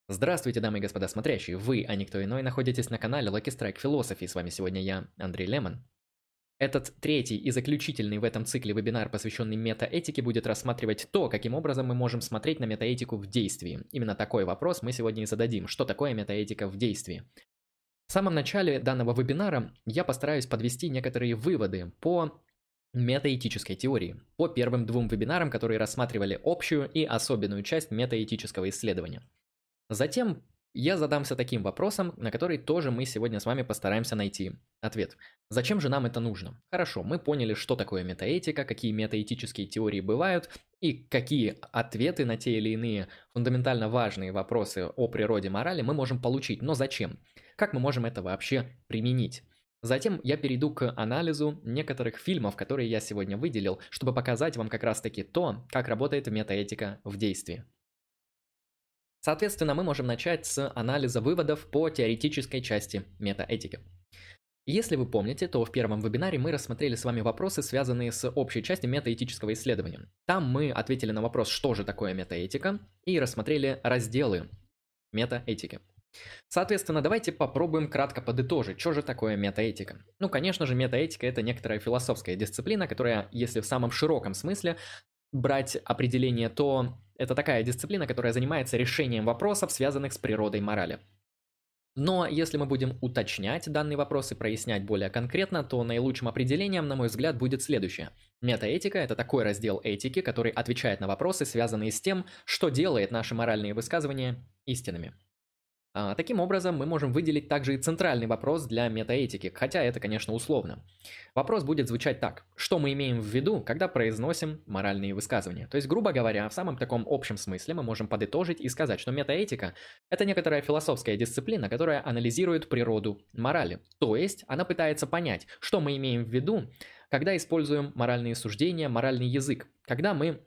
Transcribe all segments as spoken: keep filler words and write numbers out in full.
Здравствуйте, дамы и господа смотрящие! Вы, а никто иной, находитесь на канале Lucky Strike Philosophy. С вами сегодня я, Андрей Лемон. Этот третий и заключительный в этом цикле вебинар, посвященный метаэтике, будет рассматривать то, каким образом мы можем смотреть на метаэтику в действии. Именно такой вопрос мы сегодня и зададим. Что такое метаэтика в действии? В самом начале данного вебинара я постараюсь подвести некоторые выводы по метаэтической теории, по первым двум вебинарам, которые рассматривали общую и особенную часть метаэтического исследования. Затем я задамся таким вопросом, на который тоже мы сегодня с вами постараемся найти ответ. Зачем же нам это нужно? Хорошо, мы поняли, что такое метаэтика, какие метаэтические теории бывают и какие ответы на те или иные фундаментально важные вопросы о природе морали мы можем получить. Но зачем? Как мы можем это вообще применить? Затем я перейду к анализу некоторых фильмов, которые я сегодня выделил, чтобы показать вам как раз-таки то, как работает метаэтика в действии. Соответственно, мы можем начать с анализа выводов по теоретической части метаэтики. Если вы помните, то в первом вебинаре мы рассмотрели с вами вопросы, связанные с общей частью метаэтического исследования. Там мы ответили на вопрос, что же такое метаэтика, и рассмотрели разделы метаэтики. Соответственно, давайте попробуем кратко подытожить, что же такое метаэтика. Ну, конечно же, метаэтика – это некоторая философская дисциплина, которая, если в самом широком смысле брать определение, то это такая дисциплина, которая занимается решением вопросов, связанных с природой морали. Но если мы будем уточнять данные вопросы, прояснять более конкретно, то наилучшим определением, на мой взгляд, будет следующее. Метаэтика – это такой раздел этики, который отвечает на вопросы, связанные с тем, что делает наши моральные высказывания истинными. А, таким образом, мы можем выделить также и центральный вопрос для метаэтики, хотя это, конечно, условно. Вопрос будет звучать так. Что мы имеем в виду, когда произносим моральные высказывания? То есть, грубо говоря, в самом таком общем смысле мы можем подытожить и сказать, что метаэтика – это некоторая философская дисциплина, которая анализирует природу морали. То есть, она пытается понять, что мы имеем в виду, когда используем моральные суждения, моральный язык, когда мы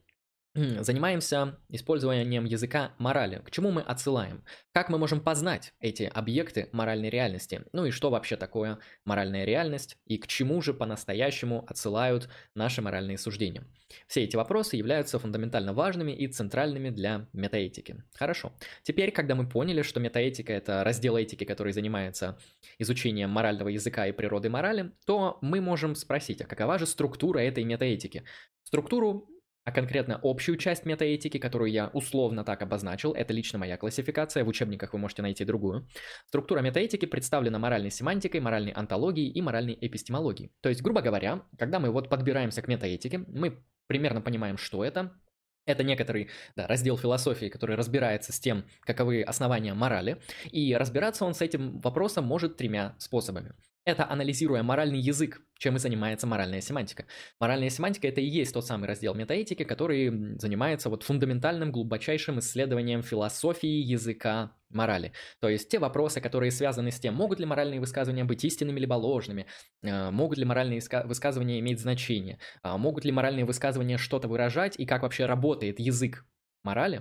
занимаемся использованием языка морали. К чему мы отсылаем? Как мы можем познать эти объекты моральной реальности? Ну и что вообще такое моральная реальность? И к чему же по-настоящему отсылают наши моральные суждения? Все эти вопросы являются фундаментально важными и центральными для метаэтики. Хорошо. Теперь, когда мы поняли, что метаэтика – это раздел этики, который занимается изучением морального языка и природы морали, то мы можем спросить, а какова же структура этой метаэтики? Структуру а конкретно общую часть метаэтики, которую я условно так обозначил, это лично моя классификация, в учебниках вы можете найти другую. Структура метаэтики представлена моральной семантикой, моральной онтологией и моральной эпистемологией. То есть, грубо говоря, когда мы вот подбираемся к метаэтике, мы примерно понимаем, что это. Это некоторый да, раздел философии, который разбирается с тем, каковы основания морали, и разбираться он с этим вопросом может тремя способами. Это анализируя моральный язык, чем и занимается моральная семантика. Моральная семантика – это и есть тот самый раздел метаэтики, который занимается вот фундаментальным, глубочайшим исследованием философии языка морали. То есть те вопросы, которые связаны с тем, могут ли моральные высказывания быть истинными либо ложными, могут ли моральные высказывания иметь значение, могут ли моральные высказывания что-то выражать и как вообще работает язык морали,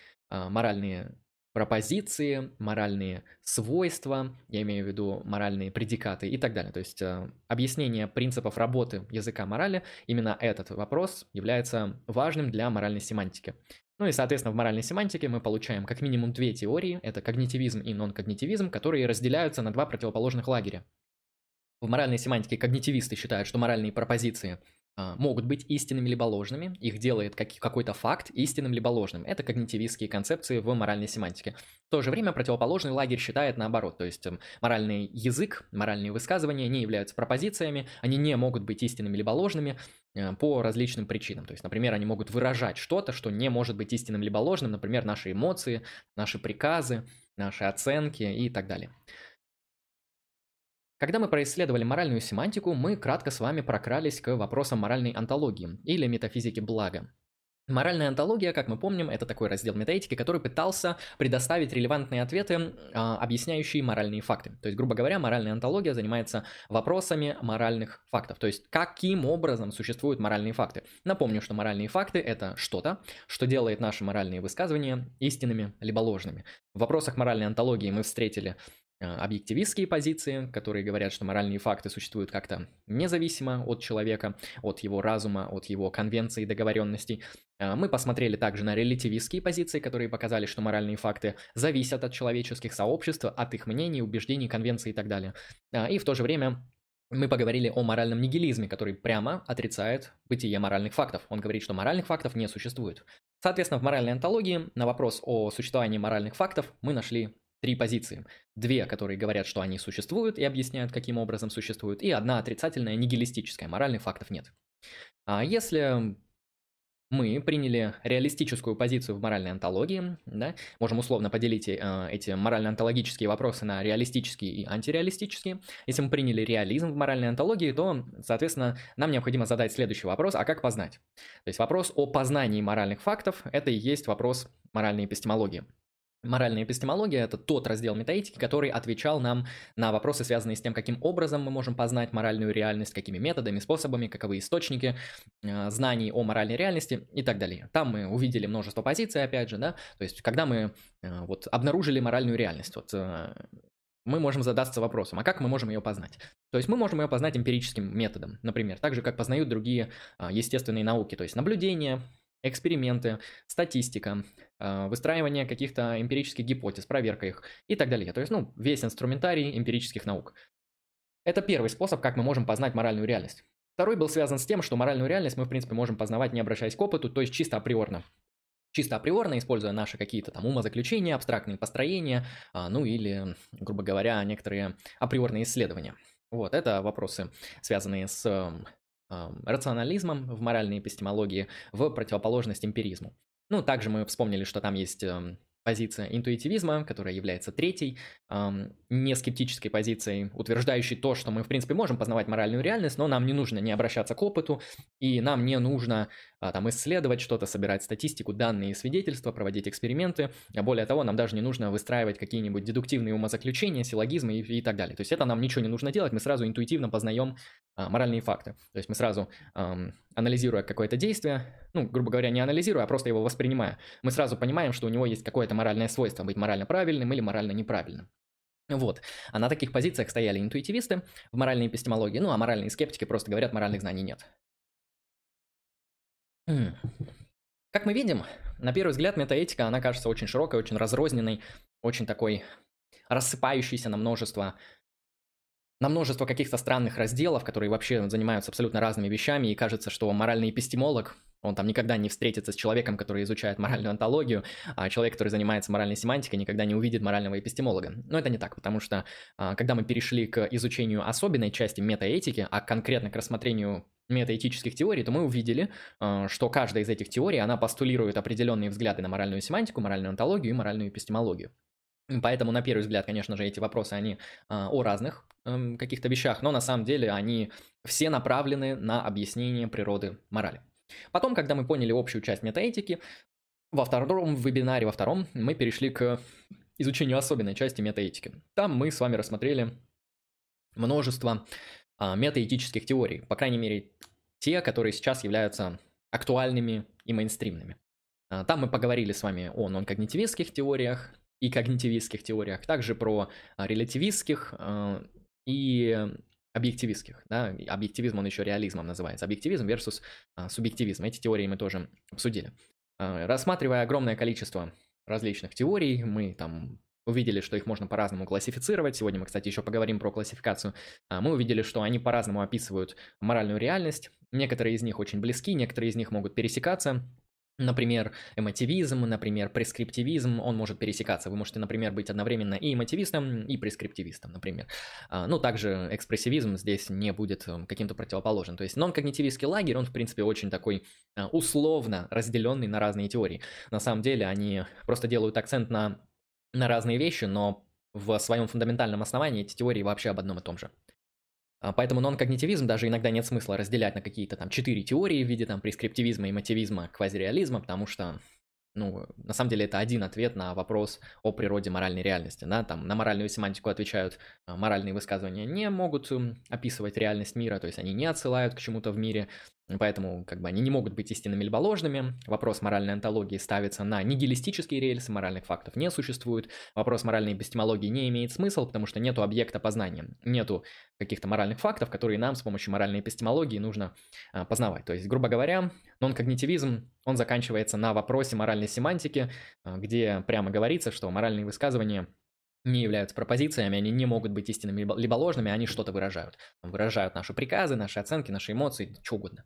моральные пропозиции, моральные свойства, я имею в виду моральные предикаты и так далее. То есть э, объяснение принципов работы языка морали, именно этот вопрос является важным для моральной семантики. Ну и, соответственно, в моральной семантике мы получаем как минимум две теории, это когнитивизм и нон-когнитивизм, которые разделяются на два противоположных лагеря. В моральной семантике когнитивисты считают, что моральные пропозиции а, могут быть истинными либо ложными, их делает как, какой-то факт истинным либо ложным. Это когнитивистские концепции в моральной семантике. В то же время противоположный лагерь считает наоборот, то есть моральный язык, моральные высказывания не являются пропозициями, они не могут быть истинными либо ложными э, по различным причинам. То есть, например, они могут выражать что-то, что не может быть истинным либо ложным, например, наши эмоции, наши приказы, наши оценки и так далее. Когда мы происследовали моральную семантику, мы кратко с вами прокрались к вопросам моральной онтологии или метафизики блага. Моральная онтология, как мы помним, это такой раздел метаэтики, который пытался предоставить релевантные ответы, объясняющие моральные факты. То есть, грубо говоря, моральная онтология занимается вопросами моральных фактов. То есть, каким образом существуют моральные факты. Напомню, что моральные факты – это что-то, что делает наши моральные высказывания истинными либо ложными. В вопросах моральной онтологии мы встретили объективистские позиции, которые говорят, что моральные факты существуют как-то независимо от человека, от его разума, от его конвенций и договоренностей. Мы посмотрели также на релятивистские позиции, которые показали, что моральные факты зависят от человеческих сообществ, от их мнений, убеждений, конвенций и так далее. И в то же время мы поговорили о моральном нигилизме, который прямо отрицает бытие моральных фактов. Он говорит, что моральных фактов не существует. Соответственно, в моральной онтологии на вопрос о существовании моральных фактов мы нашли три позиции. Две, которые говорят, что они существуют и объясняют, каким образом существуют, и одна отрицательная, нигилистическая, моральных фактов нет. А если мы приняли реалистическую позицию в моральной онтологии, да, можем условно поделить э, эти морально-онтологические вопросы на реалистические и антиреалистические. Если мы приняли реализм в моральной онтологии, то, соответственно, нам необходимо задать следующий вопрос: а как познать? То есть вопрос о познании моральных фактов – это и есть вопрос моральной эпистемологии. Моральная эпистемология – это тот раздел метаэтики, который отвечал нам на вопросы, связанные с тем, каким образом мы можем познать моральную реальность, какими методами, способами, каковы источники э, знаний о моральной реальности и так далее. Там мы увидели множество позиций, опять же, да, то есть когда мы э, вот обнаружили моральную реальность, вот э, мы можем задаться вопросом, а как мы можем ее познать? То есть мы можем ее познать эмпирическим методом, например, так же, как познают другие э, естественные науки, то есть наблюдение, эксперименты, статистика, выстраивание каких-то эмпирических гипотез, проверка их и так далее. То есть, ну, весь инструментарий эмпирических наук. Это первый способ, как мы можем познать моральную реальность. Второй был связан с тем, что моральную реальность мы, в принципе, можем познавать, не обращаясь к опыту, то есть чисто априорно. Чисто априорно, используя наши какие-то там умозаключения, абстрактные построения, ну или, грубо говоря, некоторые априорные исследования. Вот, это вопросы, связанные с рационализмом в моральной эпистемологии в противоположность эмпиризму. Ну, также мы вспомнили, что там есть позиция интуитивизма, которая является третьей, эм, не скептической позицией, утверждающей то, что мы, в принципе, можем познавать моральную реальность, но нам не нужно не обращаться к опыту, и нам не нужно а, там исследовать что-то, собирать статистику, данные и свидетельства, проводить эксперименты. А более того, нам даже не нужно выстраивать какие-нибудь дедуктивные умозаключения, силлогизмы и, и так далее. То есть это нам ничего не нужно делать, мы сразу интуитивно познаем а, моральные факты. То есть мы сразу, эм, анализируя какое-то действие, ну, грубо говоря, не анализируя, а просто его воспринимая, мы сразу понимаем, что у него есть какое-то моральное свойство быть морально правильным или морально неправильным. Вот. А на таких позициях стояли интуитивисты в моральной эпистемологии, ну а моральные скептики просто говорят, моральных знаний нет. Как мы видим, на первый взгляд метаэтика, она кажется очень широкой, очень разрозненной, очень такой рассыпающейся на множество на множество каких-то странных разделов, которые вообще занимаются абсолютно разными вещами, и кажется, что моральный эпистемолог, он там никогда не встретится с человеком, который изучает моральную онтологию, а человек, который занимается моральной семантикой, никогда не увидит морального эпистемолога. Но это не так, потому что когда мы перешли к изучению особенной части метаэтики, а конкретно к рассмотрению метаэтических теорий, то мы увидели, что каждая из этих теорий, она постулирует определенные взгляды на моральную семантику, моральную онтологию и моральную эпистемологию. Поэтому, на первый взгляд, конечно же, эти вопросы, они а, о разных э, каких-то вещах, но на самом деле они все направлены на объяснение природы морали. Потом, когда мы поняли общую часть метаэтики, во втором вебинаре, во втором, мы перешли к изучению особенной части метаэтики. Там мы с вами рассмотрели множество а, метаэтических теорий, по крайней мере, те, которые сейчас являются актуальными и мейнстримными. А, там мы поговорили с вами о нон-когнитивистских теориях, и когнитивистских теориях, также про релятивистских э, и объективистских. Да? Объективизм, он еще реализмом называется. Объективизм versus э, субъективизм. Эти теории мы тоже обсудили. Э, рассматривая огромное количество различных теорий, мы там увидели, что их можно по-разному классифицировать. Сегодня мы, кстати, еще поговорим про классификацию. Э, мы увидели, что они по-разному описывают моральную реальность. Некоторые из них очень близки, некоторые из них могут пересекаться. Например, эмотивизм, например, прескриптивизм, он может пересекаться. Вы можете, например, быть одновременно и эмотивистом, и прескриптивистом, например. Ну, также экспрессивизм здесь не будет каким-то противоположен. То есть нон-когнитивистский лагерь, он, в принципе, очень такой условно разделенный на разные теории. На самом деле, они просто делают акцент на, на разные вещи, но в своем фундаментальном основании эти теории вообще об одном и том же. Поэтому нон-когнитивизм даже иногда нет смысла разделять на какие-то там четыре теории в виде там прескриптивизма, эмотивизма, квазиреализма, потому что, ну, на самом деле это один ответ на вопрос о природе моральной реальности, да, там на моральную семантику отвечают, моральные высказывания не могут описывать реальность мира, то есть они не отсылают к чему-то в мире, поэтому как бы они не могут быть истинными либо ложными. Вопрос моральной онтологии ставится на нигилистические рельсы, моральных фактов не существует. Вопрос моральной эпистемологии не имеет смысла, потому что нету объекта познания, нету каких-то моральных фактов, которые нам с помощью моральной эпистемологии нужно а, познавать. То есть, грубо говоря, нон-когнитивизм, он заканчивается на вопросе моральной семантики, а, где прямо говорится, что моральные высказывания не являются пропозициями, они не могут быть истинными либо, либо ложными, они что-то выражают. Выражают наши приказы, наши оценки, наши эмоции, что угодно.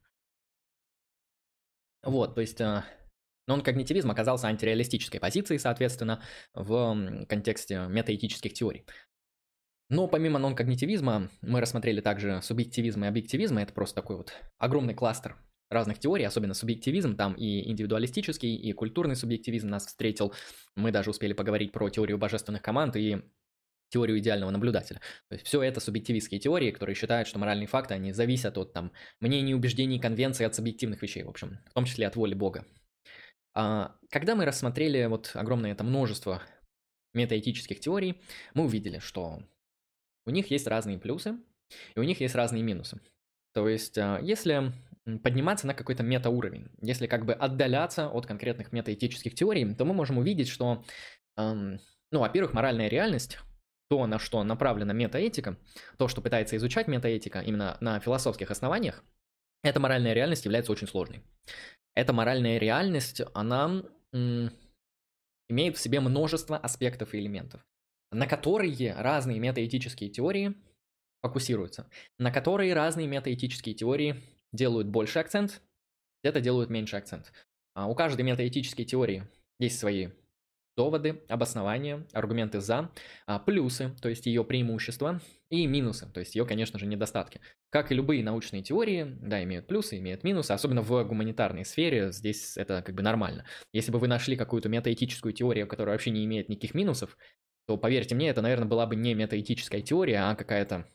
Вот, то есть э, нон-когнитивизм оказался антиреалистической позицией, соответственно, в контексте метаэтических теорий. Но помимо нон-когнитивизма мы рассмотрели также субъективизм и объективизм, это просто такой вот огромный кластер разных теорий, особенно субъективизм, там и индивидуалистический, и культурный субъективизм нас встретил. Мы даже успели поговорить про теорию божественных команд и теорию идеального наблюдателя. То есть все это субъективистские теории, которые считают, что моральные факты, они зависят от там, мнений, убеждений, конвенций, от субъективных вещей, в общем, в том числе от воли Бога. А, когда мы рассмотрели вот огромное это множество метаэтических теорий, мы увидели, что у них есть разные плюсы, и у них есть разные минусы. То есть, если подниматься на какой-то метауровень, если как бы отдаляться от конкретных метаэтических теорий, то мы можем увидеть, что, эм, ну, во-первых, моральная реальность, то, на что направлена метаэтика, то, что пытается изучать метаэтика именно на философских основаниях, эта моральная реальность является очень сложной. Эта моральная реальность, она м, имеет в себе множество аспектов и элементов, на которые разные метаэтические теории фокусируются, на которые разные метаэтические теории делают больше акцент, где-то делают меньше акцент. А у каждой метаэтической теории есть свои доводы, обоснования, аргументы за, плюсы, то есть ее преимущества, и минусы, то есть ее, конечно же, недостатки. Как и любые научные теории, да, имеют плюсы, имеют минусы, особенно в гуманитарной сфере, здесь это как бы нормально. Если бы вы нашли какую-то метаэтическую теорию, которая вообще не имеет никаких минусов, то, поверьте мне, это, наверное, была бы не метаэтическая теория, а какая-то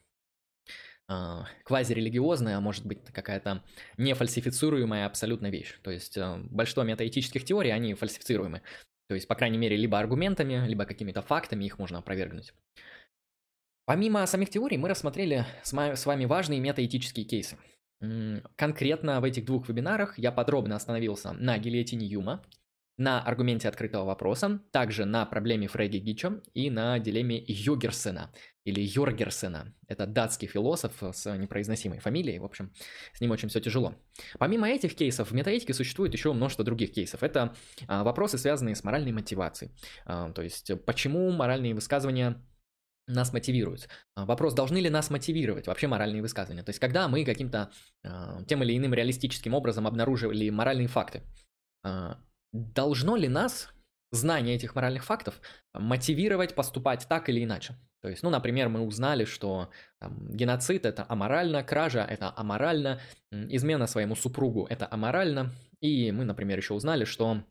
э, квазирелигиозная, а может быть какая-то нефальсифицируемая абсолютно вещь. То есть э, большинство метаэтических теорий, они фальсифицируемы. То есть, по крайней мере, либо аргументами, либо какими-то фактами их можно опровергнуть. Помимо самих теорий, мы рассмотрели с вами важные метаэтические кейсы. Конкретно в этих двух вебинарах я подробно остановился на гильотине Юма, на аргументе открытого вопроса, также на проблеме Фреги Гичо и на дилемме Йогерсена или Йоргерсена. Это датский философ с непроизносимой фамилией, в общем, с ним очень все тяжело. Помимо этих кейсов, в метаэтике существует еще множество других кейсов. Это а, вопросы, связанные с моральной мотивацией. А, то есть, почему моральные высказывания нас мотивируют. Вопрос, должны ли нас мотивировать вообще моральные высказывания? То есть, когда мы каким-то а, тем или иным реалистическим образом обнаруживали моральные факты, а, должно ли нас знание этих моральных фактов мотивировать поступать так или иначе? То есть, ну, например, мы узнали, что там, геноцид – это аморально, кража – это аморально, измена своему супругу – это аморально, и мы, например, еще узнали, что,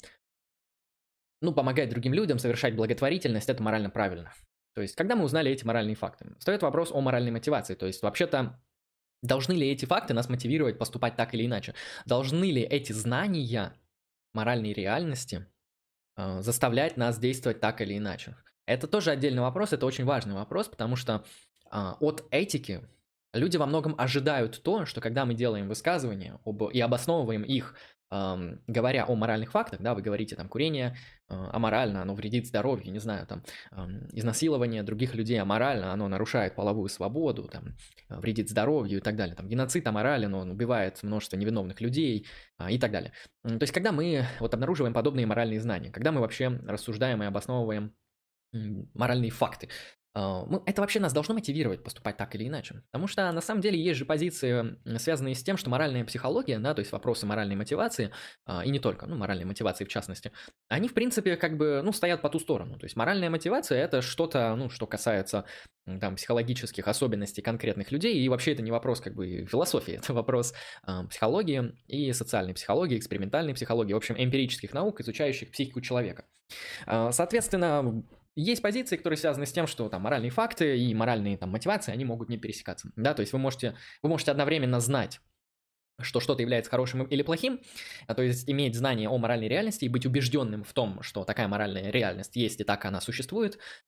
ну, помогать другим людям, совершать благотворительность – это морально правильно. То есть, когда мы узнали эти моральные факты, встает вопрос о моральной мотивации. То есть, вообще-то, должны ли эти факты нас мотивировать поступать так или иначе? Должны ли эти знания моральной реальности э, заставлять нас действовать так или иначе? Это тоже отдельный вопрос, это очень важный вопрос, потому что э, от этики люди во многом ожидают то, что когда мы делаем высказывания об, и обосновываем их, э, говоря о моральных фактах, да, вы говорите, там, курение э, аморально, оно вредит здоровью, не знаю, там, э, изнасилование других людей аморально, оно нарушает половую свободу, там, вредит здоровью и так далее, там, геноцид аморален, он убивает множество невиновных людей э, и так далее. То есть, когда мы вот обнаруживаем подобные моральные знания, когда мы вообще рассуждаем и обосновываем моральные факты, это вообще нас должно мотивировать поступать так или иначе. Потому что на самом деле есть же позиции, связанные с тем, что моральная психология, да, то есть вопросы моральной мотивации, и не только, ну, моральной мотивации в частности, они, в принципе, как бы, ну, стоят по ту сторону. То есть моральная мотивация – это что-то, ну, что касается там психологических особенностей конкретных людей, и вообще это не вопрос как бы философии, это вопрос э, психологии и социальной психологии, экспериментальной психологии, в общем, эмпирических наук, изучающих психику человека. Э, соответственно, есть позиции, которые связаны с тем, что там моральные факты и моральные там мотивации, они могут не пересекаться, да, то есть вы можете, вы можете одновременно знать, что что-то является хорошим или плохим, то есть иметь знание о моральной реальности и быть убежденным в том, что такая моральная реальность есть и так она существует,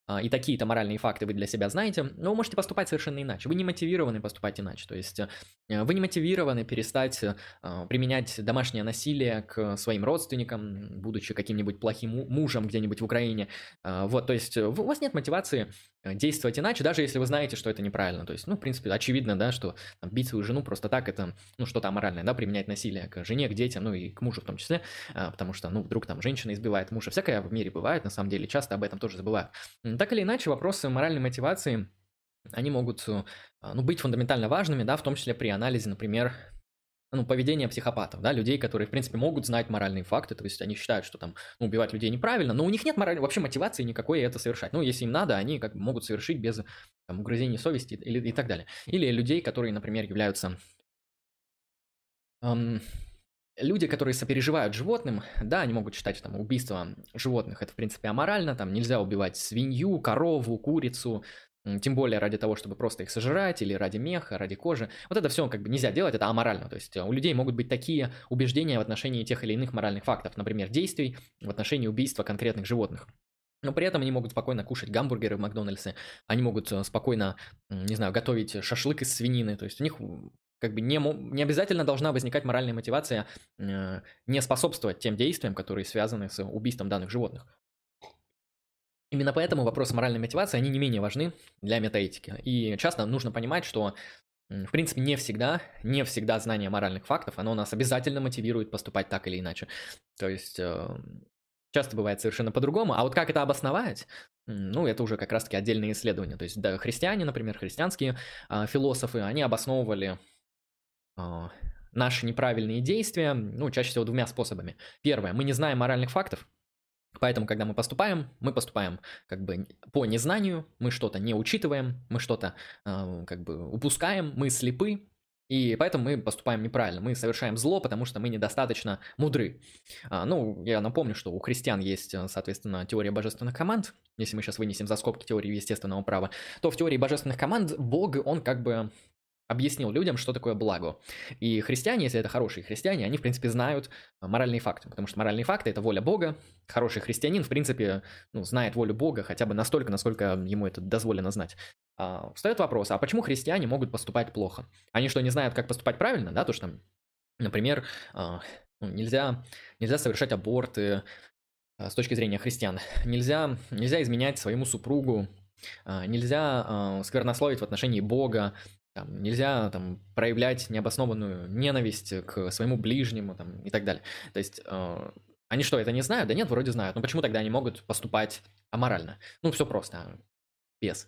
и такие-то моральные факты вы для себя знаете, но вы можете поступать совершенно иначе. Вы не мотивированы поступать иначе. То есть вы не мотивированы перестать применять домашнее насилие к своим родственникам, будучи каким-нибудь плохим мужем где-нибудь в Украине. Вот, то есть у вас нет мотивации действовать иначе, даже если вы знаете, что это неправильно. То есть, ну, в принципе, очевидно, да, что там, бить свою жену просто так, это, ну, что-то аморальное, да, применять насилие к жене, к детям, ну, и к мужу в том числе, потому что, ну, вдруг там женщина избивает мужа. Всякое в мире бывает, на самом деле, часто об этом тоже забывают. Так или иначе, вопросы моральной мотивации, они могут, ну, быть фундаментально важными, да, в том числе при анализе, например, ну, поведения психопатов, да, людей, которые, в принципе, могут знать моральные факты, то есть они считают, что там, ну, убивать людей неправильно, но у них нет моральной, вообще мотивации никакой это совершать. Ну, если им надо, они как бы могут совершить без там, угрызений совести или, и так далее. Или людей, которые, например, являются... Эм, люди, которые сопереживают животным, да, они могут считать, что там, убийство животных это, в принципе, аморально, там нельзя убивать свинью, корову, курицу, тем более ради того, чтобы просто их сожрать, или ради меха, ради кожи. Вот это все как бы нельзя делать, это аморально. То есть у людей могут быть такие убеждения в отношении тех или иных моральных фактов, например, действий в отношении убийства конкретных животных. Но при этом они могут спокойно кушать гамбургеры в Макдональдсе, они могут спокойно, не знаю, готовить шашлык из свинины. То есть у них как бы не, не обязательно должна возникать моральная мотивация э, не способствовать тем действиям, которые связаны с убийством данных животных. Именно поэтому вопросы моральной мотивации, они не менее важны для метаэтики. И часто нужно понимать, что, в принципе, не всегда, не всегда знание моральных фактов, оно нас обязательно мотивирует поступать так или иначе. То есть часто бывает совершенно по-другому. А вот как это обосновать, ну, это уже как раз-таки отдельные исследования. То есть да, христиане, например, христианские э, философы, они обосновывали э, наши неправильные действия, ну, чаще всего двумя способами. Первое, мы не знаем моральных фактов. Поэтому, когда мы поступаем, мы поступаем как бы по незнанию, мы что-то не учитываем, мы что-то э, как бы упускаем, мы слепы, и поэтому мы поступаем неправильно, мы совершаем зло, потому что мы недостаточно мудры. А, ну, я напомню, что у христиан есть, соответственно, теория божественных команд. Если мы сейчас вынесем за скобки теорию естественного права, то в теории божественных команд Бог, он как бы объяснил людям, что такое благо. И христиане, если это хорошие христиане, они, в принципе, знают моральные факты, потому что моральные факты – это воля Бога. Хороший христианин, в принципе, ну, знает волю Бога хотя бы настолько, насколько ему это дозволено знать. А, встает вопрос, а почему христиане могут поступать плохо? Они что, не знают, как поступать правильно? Да, то, что, например, а, ну, нельзя, нельзя совершать аборты а, с точки зрения христиан. Нельзя, нельзя изменять своему супругу. А, нельзя а, сквернословить в отношении Бога. Там, нельзя там, проявлять необоснованную ненависть к своему ближнему там, и так далее. То есть э, они что, это не знают? Да нет, вроде знают. Но почему тогда они могут поступать аморально? Ну, все просто. Без.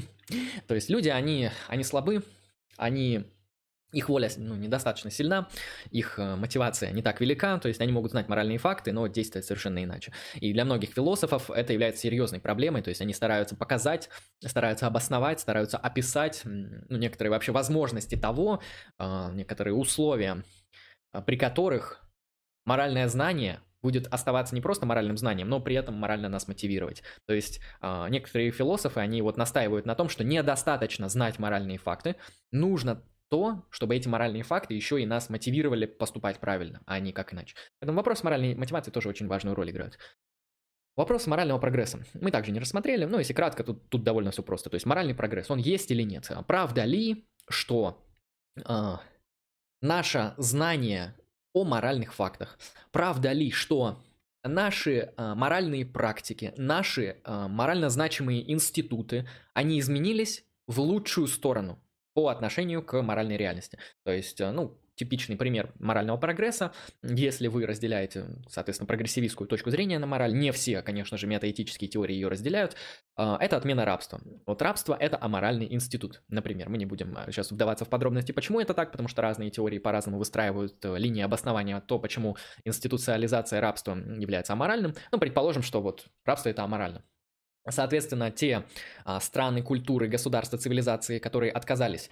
То есть люди, они, они слабы, они... Их воля ну, недостаточно сильна, их мотивация не так велика, то есть они могут знать моральные факты, но действовать совершенно иначе. И для многих философов это является серьезной проблемой, то есть они стараются показать, стараются обосновать, стараются описать ну, некоторые вообще возможности того, некоторые условия, при которых моральное знание будет оставаться не просто моральным знанием, но при этом морально нас мотивировать. То есть некоторые философы, они вот настаивают на том, что недостаточно знать моральные факты, нужно то, чтобы эти моральные факты еще и нас мотивировали поступать правильно, а не как иначе. Поэтому вопрос моральной мотивации тоже очень важную роль играет. Вопрос морального прогресса мы также не рассмотрели, но если кратко, тут, тут довольно все просто. То есть моральный прогресс, он есть или нет? Правда ли, что э, наше знание о моральных фактах, правда ли, что наши э, моральные практики, наши э, морально значимые институты, они изменились в лучшую сторону по отношению к моральной реальности. То есть, ну, типичный пример морального прогресса, если вы разделяете, соответственно, прогрессивистскую точку зрения на мораль, не все, конечно же, метаэтические теории ее разделяют, это отмена рабства. Вот рабство – это аморальный институт, например. Мы не будем сейчас вдаваться в подробности, почему это так, потому что разные теории по-разному выстраивают линии обоснования, то, почему институциализация рабства является аморальным. Ну, предположим, что вот рабство – это аморально. Соответственно, те а, страны, культуры, государства, цивилизации, которые отказались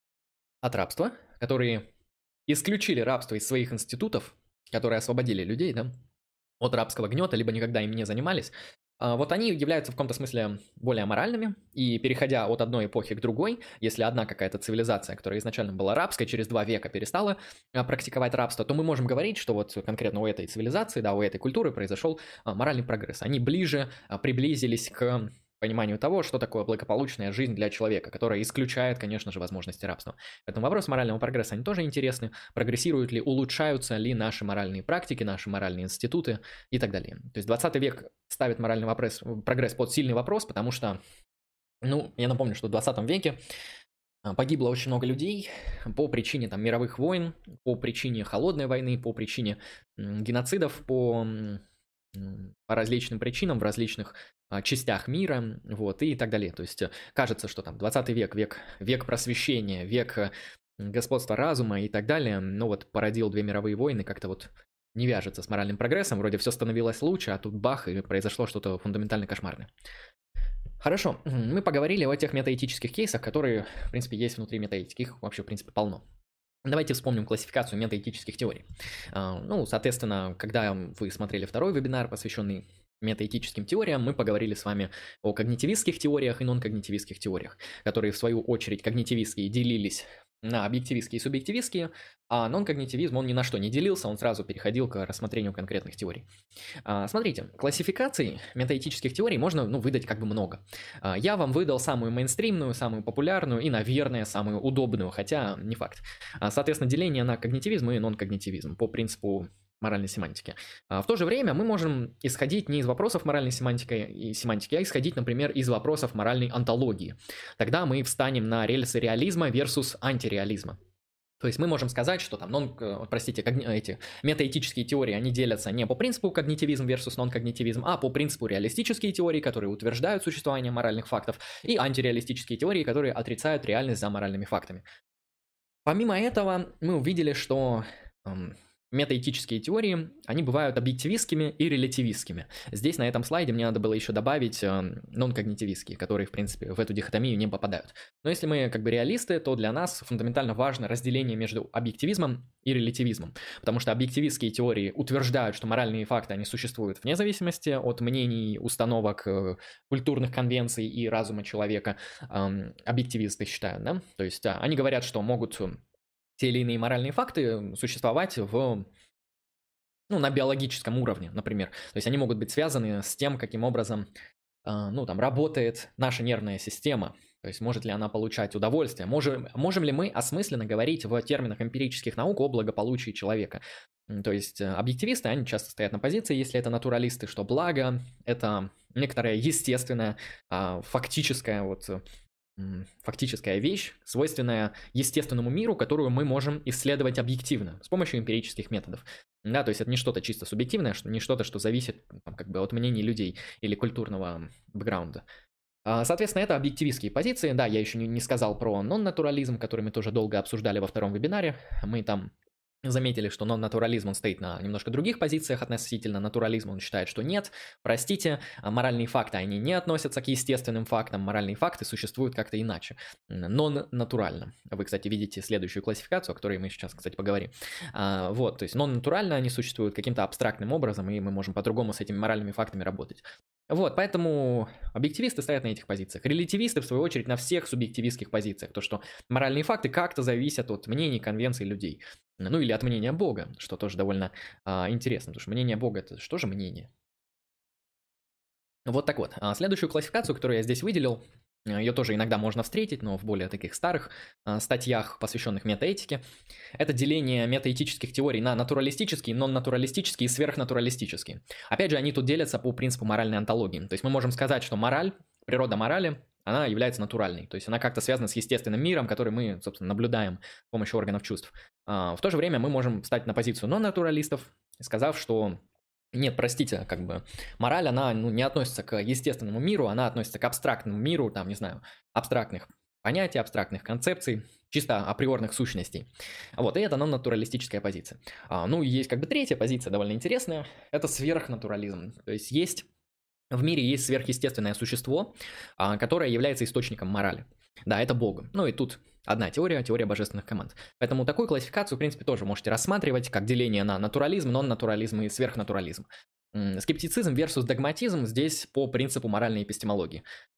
от рабства, которые исключили рабство из своих институтов, которые освободили людей, да, от рабского гнета, либо никогда им не занимались, а, вот они являются в каком-то смысле более аморальными, и переходя от одной эпохи к другой, если одна какая-то цивилизация, которая изначально была рабской, через два века перестала а, практиковать рабство, то мы можем говорить, что вот конкретно у этой цивилизации, да, у этой культуры произошел а, моральный прогресс. Они ближе а, приблизились к пониманию того, что такое благополучная жизнь для человека, которая исключает, конечно же, возможности рабства. Поэтому вопрос морального прогресса, они тоже интересны. Прогрессируют ли, улучшаются ли наши моральные практики, наши моральные институты и так далее. То есть двадцатый век ставит моральный вопрос, прогресс под сильный вопрос, потому что, ну, я напомню, что в двадцатом веке погибло очень много людей по причине там, мировых войн, по причине холодной войны, по причине м, геноцидов, по, м, по различным причинам в различных а, частях мира, вот, и так далее. То есть э, кажется, что там двадцатый век, век, век просвещения, век э, господства разума и так далее, но вот породил две мировые войны, как-то вот не вяжется с моральным прогрессом, вроде все становилось лучше, а тут бах, и произошло что-то фундаментально кошмарное. Хорошо, мы поговорили о тех метаэтических кейсах, которые, в принципе, есть внутри метаэтики, их вообще, в принципе, полно. Давайте вспомним классификацию метаэтических теорий. А, Ну, соответственно, когда вы смотрели второй вебинар, посвященный метаэтическим теориям, мы поговорили с вами о когнитивистских теориях и нон-когнитивистских теориях, которые, в свою очередь, когнитивистские делились на объективистские и субъективистские, а нон-когнитивизм, он ни на что не делился, он сразу переходил к рассмотрению конкретных теорий. А, Смотрите, классификаций метаэтических теорий можно, ну, выдать как бы много. А, Я вам выдал самую мейнстримную, самую популярную и, наверное, самую удобную, хотя не факт. А, Соответственно, деление на когнитивизм и нон-когнитивизм по принципу моральной семантики. А В то же время мы можем исходить не из вопросов моральной семантики, и семантики, а исходить, например, из вопросов моральной онтологии. Тогда мы встанем на рельсы реализма versus антиреализма. То есть мы можем сказать, что там, нон, простите, когни, эти метаэтические теории, они делятся не по принципу когнитивизм versus нон-когнитивизм, а по принципу реалистические теории, которые утверждают существование моральных фактов, и антиреалистические теории, которые отрицают реальность за моральными фактами. Помимо этого, мы увидели, что эм, метаэтические теории, они бывают объективистскими и релятивистскими. Здесь на этом слайде мне надо было еще добавить э, нон-когнитивистские, которые, в принципе, в эту дихотомию не попадают. Но если мы как бы реалисты, то для нас фундаментально важно разделение между объективизмом и релятивизмом. Потому что объективистские теории утверждают, что моральные факты, они существуют вне зависимости от мнений, установок, э, культурных конвенций и разума человека. Э, объективисты считают, да? То есть э, они говорят, что могут те или иные моральные факты существовать в, ну, на биологическом уровне, например. То есть они могут быть связаны с тем, каким образом э, ну, там, работает наша нервная система. То есть может ли она получать удовольствие. Можем, можем ли мы осмысленно говорить в терминах эмпирических наук о благополучии человека. То есть объективисты, они часто стоят на позиции, если это натуралисты, что благо – это некоторая естественная, э, фактическая вот фактическая вещь, свойственная естественному миру, которую мы можем исследовать объективно с помощью эмпирических методов. Да, то есть это не что-то чисто субъективное, что, не что-то, что зависит там, как бы от мнений людей или культурного бэкграунда. Соответственно, это объективистские позиции. Да, я еще не, не сказал про нон-натурализм, который мы тоже долго обсуждали во втором вебинаре. Мы там заметили, что нон-натурализм, он стоит на немножко других позициях относительно натурализма, он считает, что нет, простите, моральные факты, они не относятся к естественным фактам, моральные факты существуют как-то иначе, нон-натурально. Вы, кстати, видите следующую классификацию, о которой мы сейчас, кстати, поговорим. А, вот, то есть нон-натурально они существуют каким-то абстрактным образом, и мы можем по-другому с этими моральными фактами работать. Вот, поэтому объективисты стоят на этих позициях. Релятивисты, в свою очередь, на всех субъективистских позициях. То, что моральные факты как-то зависят от мнений, конвенций людей. Ну или от мнения Бога, что тоже довольно а, интересно, потому что мнение Бога – это что же мнение? Вот так вот. А следующую классификацию, которую я здесь выделил, ее тоже иногда можно встретить, но в более таких старых а, статьях, посвященных метаэтике. Это деление метаэтических теорий на натуралистические, нон-натуралистические и сверхнатуралистические. Опять же, они тут делятся по принципу моральной онтологии. То есть мы можем сказать, что мораль, природа морали, она является натуральной. То есть она как-то связана с естественным миром, который мы, собственно, наблюдаем с помощью органов чувств. А, в то же время мы можем встать на позицию нон-натуралистов, сказав, что нет, простите, как бы мораль, она ну, не относится к естественному миру, она относится к абстрактному миру, там, не знаю, абстрактных понятий, абстрактных концепций, чисто априорных сущностей. Вот, и это нон-натуралистическая позиция. А, ну, есть как бы третья позиция, довольно интересная, это сверхнатурализм. То есть есть, в мире есть сверхъестественное существо, а, которое является источником морали. Да, это Бог. Ну и тут одна теория, теория божественных команд. Поэтому такую классификацию, в принципе, тоже можете рассматривать как деление на натурализм, нон-натурализм и сверхнатурализм. Скептицизм versus догматизм здесь по принципу моральной эпистемологии.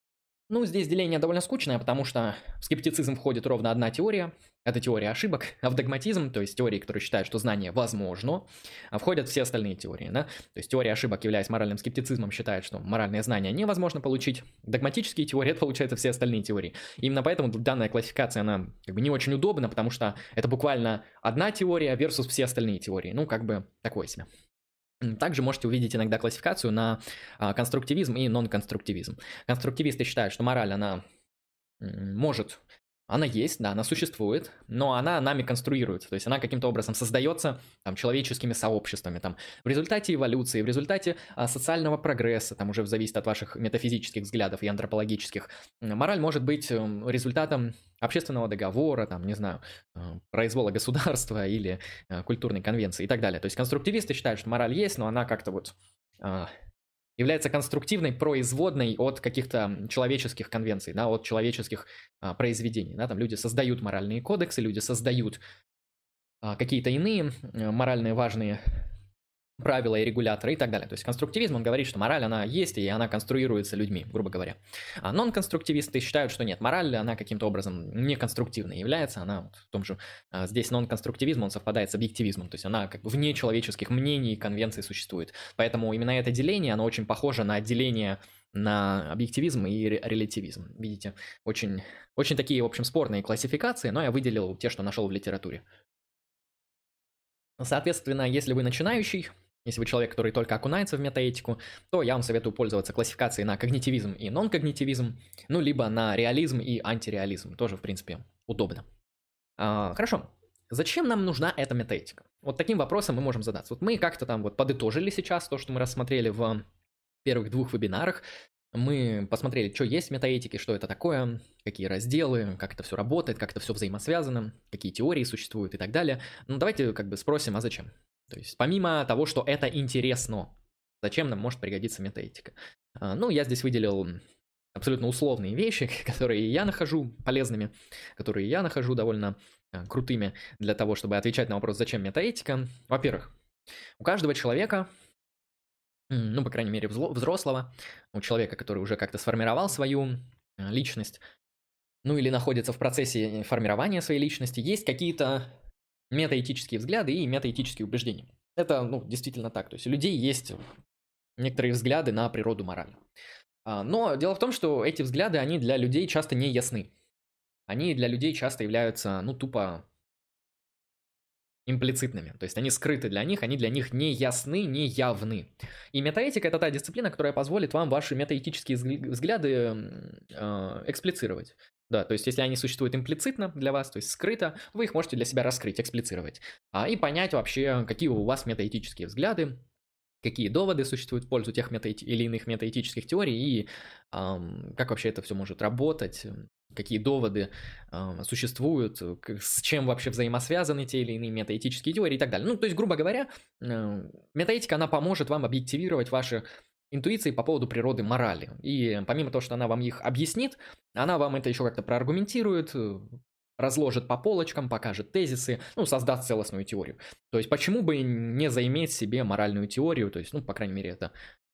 Ну, здесь деление довольно скучное, потому что в скептицизм входит ровно одна теория. Это теория ошибок, а в догматизм, то есть теории, которые считают, что знание возможно, а входят все остальные теории. Да? То есть теория ошибок, являясь моральным скептицизмом, считает, что моральные знания невозможно получить. Догматические теории — это, получается, все остальные теории. И именно поэтому данная классификация, она как бы не очень удобна, потому что это буквально одна теория versus все остальные теории. Ну, как бы такое себе. Также можете увидеть иногда классификацию на а, конструктивизм и нон-конструктивизм. Конструктивисты считают, что мораль, она м, может, она есть, да, она существует, но она нами конструируется, то есть она каким-то образом создается там, человеческими сообществами, там, в результате эволюции, в результате а, социального прогресса, там уже зависит от ваших метафизических взглядов и антропологических. Мораль может быть м, результатом общественного договора, там, не знаю, э, произвола государства или э, культурной конвенции и так далее. То есть конструктивисты считают, что мораль есть, но она как-то вот э, является конструктивной, производной от каких-то человеческих конвенций, да, от человеческих а, произведений. Да, там люди создают моральные кодексы, люди создают а, какие-то иные а, моральные важные правила и регуляторы и так далее. То есть конструктивизм, он говорит, что мораль, она есть, и она конструируется людьми, грубо говоря. А нон-конструктивисты считают, что нет, мораль, она каким-то образом неконструктивной является, она вот в том же, а, здесь нон-конструктивизм, он совпадает с объективизмом, то есть она как бы вне человеческих мнений и конвенций существует. Поэтому именно это деление, оно очень похоже на деление на объективизм и релятивизм. Видите, очень, очень такие, в общем, спорные классификации, но я выделил те, что нашел в литературе. Соответственно, если вы начинающий, если вы человек, который только окунается в метаэтику, то я вам советую пользоваться классификацией на когнитивизм и нон-когнитивизм, ну, либо на реализм и антиреализм. Тоже, в принципе, удобно. А, хорошо. Зачем нам нужна эта метаэтика? Вот таким вопросом мы можем задаться. Вот мы как-то там вот подытожили сейчас то, что мы рассмотрели в первых двух вебинарах. Мы посмотрели, что есть в метаэтике, что это такое, какие разделы, как это все работает, как это все взаимосвязано, какие теории существуют и так далее. Ну, давайте как бы спросим, а зачем? То есть помимо того, что это интересно, зачем нам может пригодиться метаэтика? А, ну, я здесь выделил абсолютно условные вещи, которые я нахожу полезными, которые я нахожу довольно а, крутыми для того, чтобы отвечать на вопрос, зачем метаэтика. Во-первых, у каждого человека, ну, по крайней мере, взрослого, у человека, который уже как-то сформировал свою а, личность, ну или находится в процессе формирования своей личности, есть какие-то метаэтические взгляды и метаэтические убеждения. Это, ну, действительно так. То есть у людей есть некоторые взгляды на природу морали. А, Но дело в том, что эти взгляды, они для людей часто не ясны. Они для людей часто являются, ну, тупо имплицитными. То есть они скрыты для них, они для них не ясны, не явны. И метаэтика — это та дисциплина, которая позволит вам ваши метаэтические взгляды э, эксплицировать. Да, то есть если они существуют имплицитно для вас, то есть скрыто, вы их можете для себя раскрыть, эксплицировать. А, и понять вообще, какие у вас метаэтические взгляды, какие доводы существуют в пользу тех мета или иных метаэтических теорий, и эм, как вообще это все может работать, какие доводы э, существуют, с чем вообще взаимосвязаны те или иные метаэтические теории и так далее. Ну, то есть, грубо говоря, э, метаэтика, она поможет вам объективировать ваши интуиции по поводу природы морали. И помимо того, что она вам их объяснит, она вам это еще как-то проаргументирует, разложит по полочкам, покажет тезисы, ну, создаст целостную теорию. То есть, почему бы не заиметь себе моральную теорию, то есть, ну, по крайней мере, это,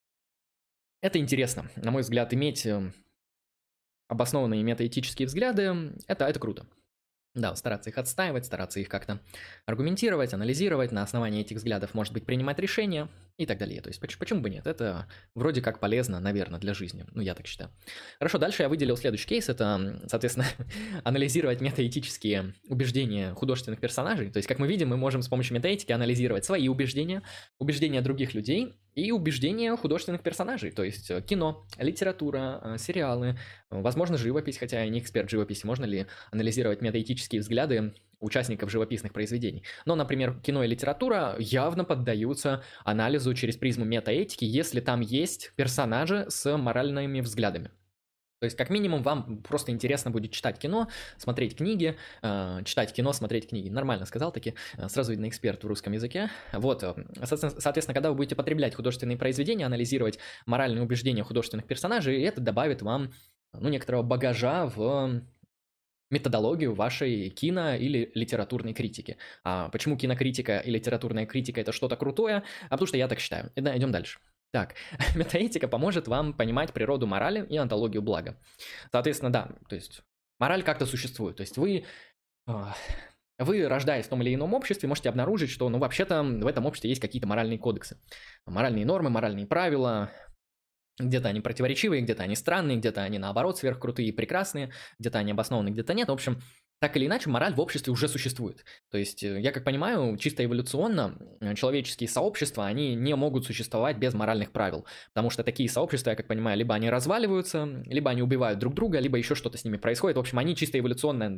это интересно. На мой взгляд, иметь обоснованные метаэтические взгляды, это, это круто. Да, стараться их отстаивать, стараться их как-то аргументировать, анализировать, на основании этих взглядов, может быть, принимать решения и так далее. То есть почему, почему бы нет? Это вроде как полезно, наверное, для жизни. Ну, я так считаю. Хорошо, дальше я выделил следующий кейс. Это, соответственно, анализировать метаэтические убеждения художественных персонажей. То есть, как мы видим, мы можем с помощью метаэтики анализировать свои убеждения, убеждения других людей и убеждения художественных персонажей. То есть кино, литература, сериалы, возможно, живопись, хотя я не эксперт в живописи. Можно ли анализировать метаэтические взгляды участников живописных произведений? Но, например, кино и литература явно поддаются анализу через призму метаэтики, если там есть персонажи с моральными взглядами. То есть, как минимум, вам просто интересно будет читать кино, смотреть книги, э, читать кино, смотреть книги. Нормально сказал таки, э, сразу видно эксперт в русском языке. Вот, э, соответственно, когда вы будете потреблять художественные произведения, анализировать моральные убеждения художественных персонажей, это добавит вам, ну, некоторого багажа в методологию вашей кино- или литературной критики. А почему кинокритика и литературная критика — это что-то крутое? А потому что я так считаю. Итак, идем дальше. Так, метаэтика поможет вам понимать природу морали и онтологию блага. Соответственно, да, то есть мораль как-то существует. То есть вы, а, вы, рождаясь в том или ином обществе, можете обнаружить, что, ну, вообще-то в этом обществе есть какие-то моральные кодексы. Моральные нормы, моральные правила. Где-то они противоречивые, где-то они странные, где-то они, наоборот, сверхкрутые и прекрасные, где-то они обоснованы, где-то нет. В общем, так или иначе, мораль в обществе уже существует. То есть, э, я как понимаю, чисто эволюционно э, человеческие сообщества, они не могут существовать без моральных правил. Потому что такие сообщества, я как понимаю, либо они разваливаются, либо они убивают друг друга, либо еще что-то с ними происходит. В общем, они чисто эволюционно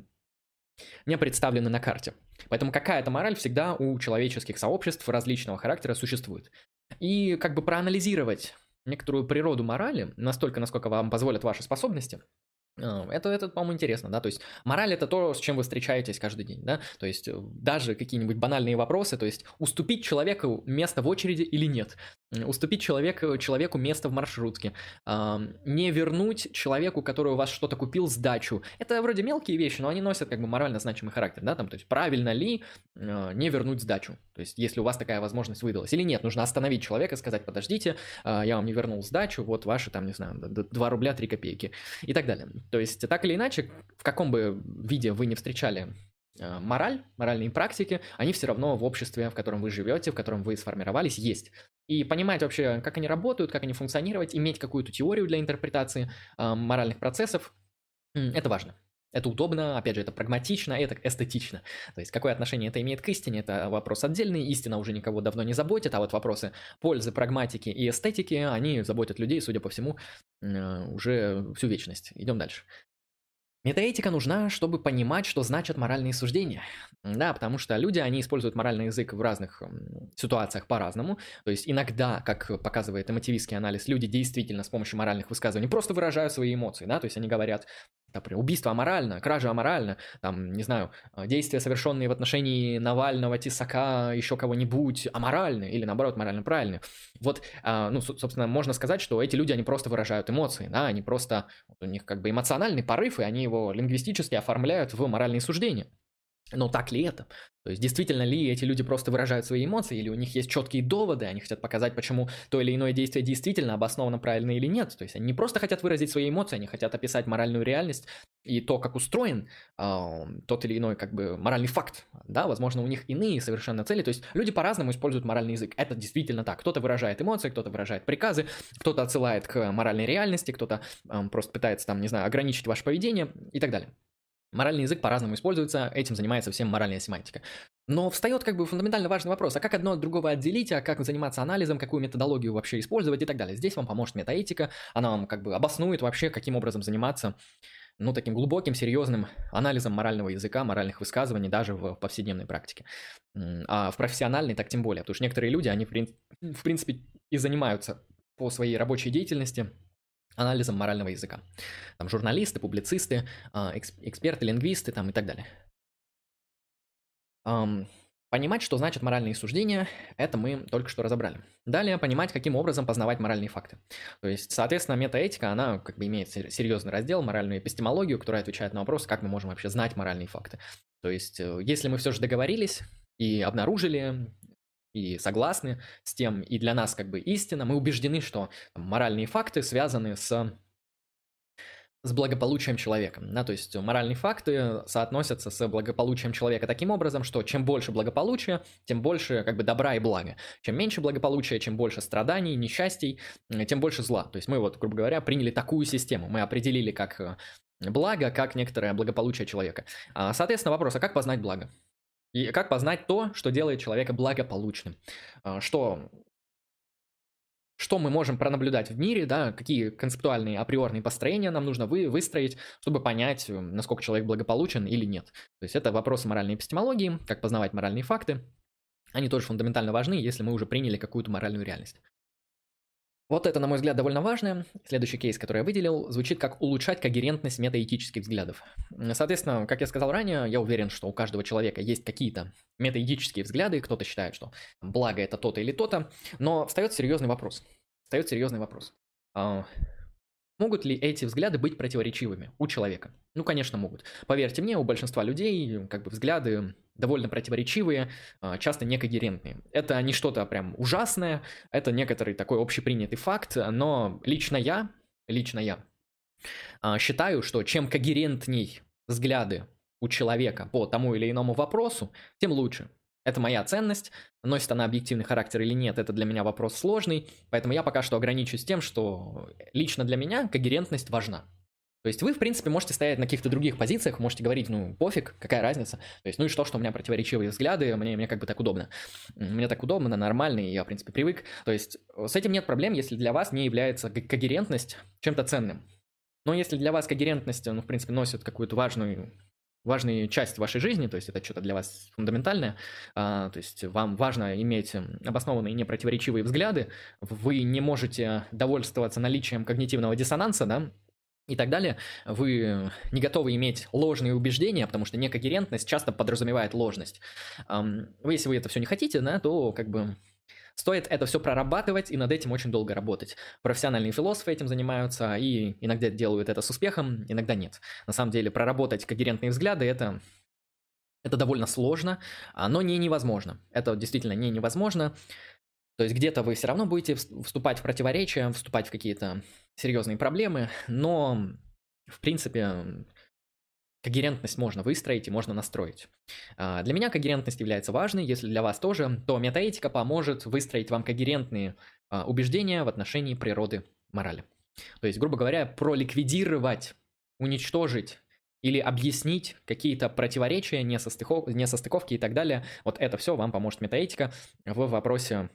не представлены на карте. Поэтому какая-то мораль всегда у человеческих сообществ различного характера существует. И как бы проанализировать некоторую природу морали, настолько, насколько вам позволят ваши способности, а, это, это, по-моему, интересно, да, то есть мораль это то, с чем вы встречаетесь каждый день, да, то есть э, даже какие-нибудь банальные вопросы, то есть уступить человеку место в очереди или нет, М, уступить человеку, человеку место в маршрутке, а, не вернуть человеку, который у вас что-то купил, сдачу, это вроде мелкие вещи, но они носят как бы морально значимый характер, да, там, то есть правильно ли э, не вернуть сдачу, то есть если у вас такая возможность выдалась, или нет, нужно остановить человека и сказать, подождите, а, я вам не вернул сдачу, вот ваши там, не знаю, два рубля три копейки и так далее. То есть, так или иначе, в каком бы виде вы не встречали э, мораль, моральные практики, они все равно в обществе, в котором вы живете, в котором вы сформировались, есть. И понимать вообще, как они работают, как они функционируют, иметь какую-то теорию для интерпретации э, моральных процессов, м, это важно. Это удобно, опять же, это прагматично, это эстетично. То есть, какое отношение это имеет к истине, это вопрос отдельный, истина уже никого давно не заботит, а вот вопросы пользы, прагматики и эстетики, они заботят людей, судя по всему, э, уже всю вечность. Идем дальше. Метаэтика нужна, чтобы понимать, что значат моральные суждения. Да, потому что люди, они используют моральный язык в разных м, ситуациях по-разному. То есть иногда, как показывает эмотивистский анализ, люди действительно с помощью моральных высказываний просто выражают свои эмоции, да, то есть они говорят, например, убийство аморально, кража аморально, там, не знаю, э, действия, совершенные в отношении Навального, Тесака, еще кого-нибудь, аморальны или, наоборот, морально правильны. Вот, а, ну, со- собственно, можно сказать, что эти люди, они просто выражают эмоции, да, они просто, вот у них как бы эмоциональный порыв, и они его лингвистически оформляют в моральные суждения. Но так ли это? То есть действительно ли эти люди просто выражают свои эмоции, или у них есть четкие доводы, они хотят показать, почему то или иное действие действительно обосновано правильно или нет. То есть они не просто хотят выразить свои эмоции, они хотят описать моральную реальность и то, как устроен э, тот или иной как бы моральный факт. Да, возможно, у них иные совершенно цели. То есть люди по-разному используют моральный язык. Это действительно так. Кто-то выражает эмоции, кто-то выражает приказы, кто-то отсылает к моральной реальности, кто-то э, просто пытается там, не знаю, ограничить ваше поведение и так далее. Моральный язык по-разному используется, этим занимается всем моральная семантика. Но встает как бы фундаментально важный вопрос, а как одно от другого отделить, а как заниматься анализом, какую методологию вообще использовать и так далее. Здесь вам поможет метаэтика, она вам как бы обоснует вообще, каким образом заниматься, ну, таким глубоким, серьезным анализом морального языка, моральных высказываний даже в повседневной практике. А в профессиональной так тем более, потому что некоторые люди, они в принципе и занимаются по своей рабочей деятельности анализом морального языка. Там журналисты, публицисты, а, эксперты, лингвисты там, и так далее. Ам, Понимать, что значит моральные суждения, это мы только что разобрали. Далее понимать, каким образом познавать моральные факты. То есть, соответственно, метаэтика, она как бы имеет серьезный раздел, моральную эпистемологию, которая отвечает на вопрос, как мы можем вообще знать моральные факты. То есть, э, если мы все же договорились и обнаружили, и согласны с тем, и для нас как бы истина, мы убеждены, что моральные факты связаны с с благополучием человека. Да, то есть моральные факты соотносятся с благополучием человека таким образом, что чем больше благополучия, тем больше как бы добра и блага. Чем меньше благополучия, чем больше страданий, несчастий, тем больше зла. То есть мы вот, грубо говоря, приняли такую систему. Мы определили как благо, как некоторое благополучие человека. Соответственно, вопрос, а как познать благо? И как познать то, что делает человека благополучным? Что Что мы можем пронаблюдать в мире, да, какие концептуальные априорные построения нам нужно вы, выстроить, чтобы понять, э, насколько человек благополучен или нет. То есть это вопросы моральной эпистемологии, как познавать моральные факты. Они тоже фундаментально важны, если мы уже приняли какую-то моральную реальность. Вот это, на мой взгляд, довольно важно. Следующий кейс, который я выделил, звучит как улучшать когерентность метаэтических взглядов. Соответственно, как я сказал ранее, я уверен, что у каждого человека есть какие-то метаэтические взгляды, кто-то считает, что благо это то-то или то-то, но встает серьезный вопрос. Встает серьезный вопрос. А, Могут ли эти взгляды быть противоречивыми у человека? Ну, конечно, могут. Поверьте мне, у большинства людей как бы взгляды довольно противоречивые, а, часто некогерентные. Это не что-то прям ужасное, это некоторый такой общепринятый факт, но лично я, лично я а, считаю, что чем когерентней взгляды у человека по тому или иному вопросу, тем лучше. Это моя ценность, носит она объективный характер или нет, это для меня вопрос сложный, поэтому я пока что ограничусь тем, что лично для меня когерентность важна. То есть вы, в принципе, можете стоять на каких-то других позициях, можете говорить, ну, пофиг, какая разница. То есть, ну и что, что у меня противоречивые взгляды, мне, мне как бы так удобно. Мне так удобно, нормально, и я, в принципе, привык. То есть с этим нет проблем, если для вас не является когерентность чем-то ценным. Но если для вас когерентность, ну, в принципе, носит какую-то важную, важную часть вашей жизни, то есть это что-то для вас фундаментальное, а, то есть вам важно иметь обоснованные непротиворечивые взгляды, вы не можете довольствоваться наличием когнитивного диссонанса, да, и так далее, вы не готовы иметь ложные убеждения, потому что некогерентность часто подразумевает ложность. Вы, если вы это все не хотите, да, то как бы стоит это все прорабатывать и над этим очень долго работать. Профессиональные философы этим занимаются и иногда делают это с успехом, иногда нет. На самом деле проработать когерентные взгляды это, это довольно сложно, но не невозможно. Это действительно не невозможно. То есть где-то вы все равно будете вступать в противоречия, вступать в какие-то серьезные проблемы, но, в принципе, когерентность можно выстроить и можно настроить. Для меня когерентность является важной, если для вас тоже, то метаэтика поможет выстроить вам когерентные убеждения в отношении природы морали. То есть, грубо говоря, проликвидировать, уничтожить или объяснить какие-то противоречия, несостыков, несостыковки и так далее. Вот это все вам поможет метаэтика в вопросе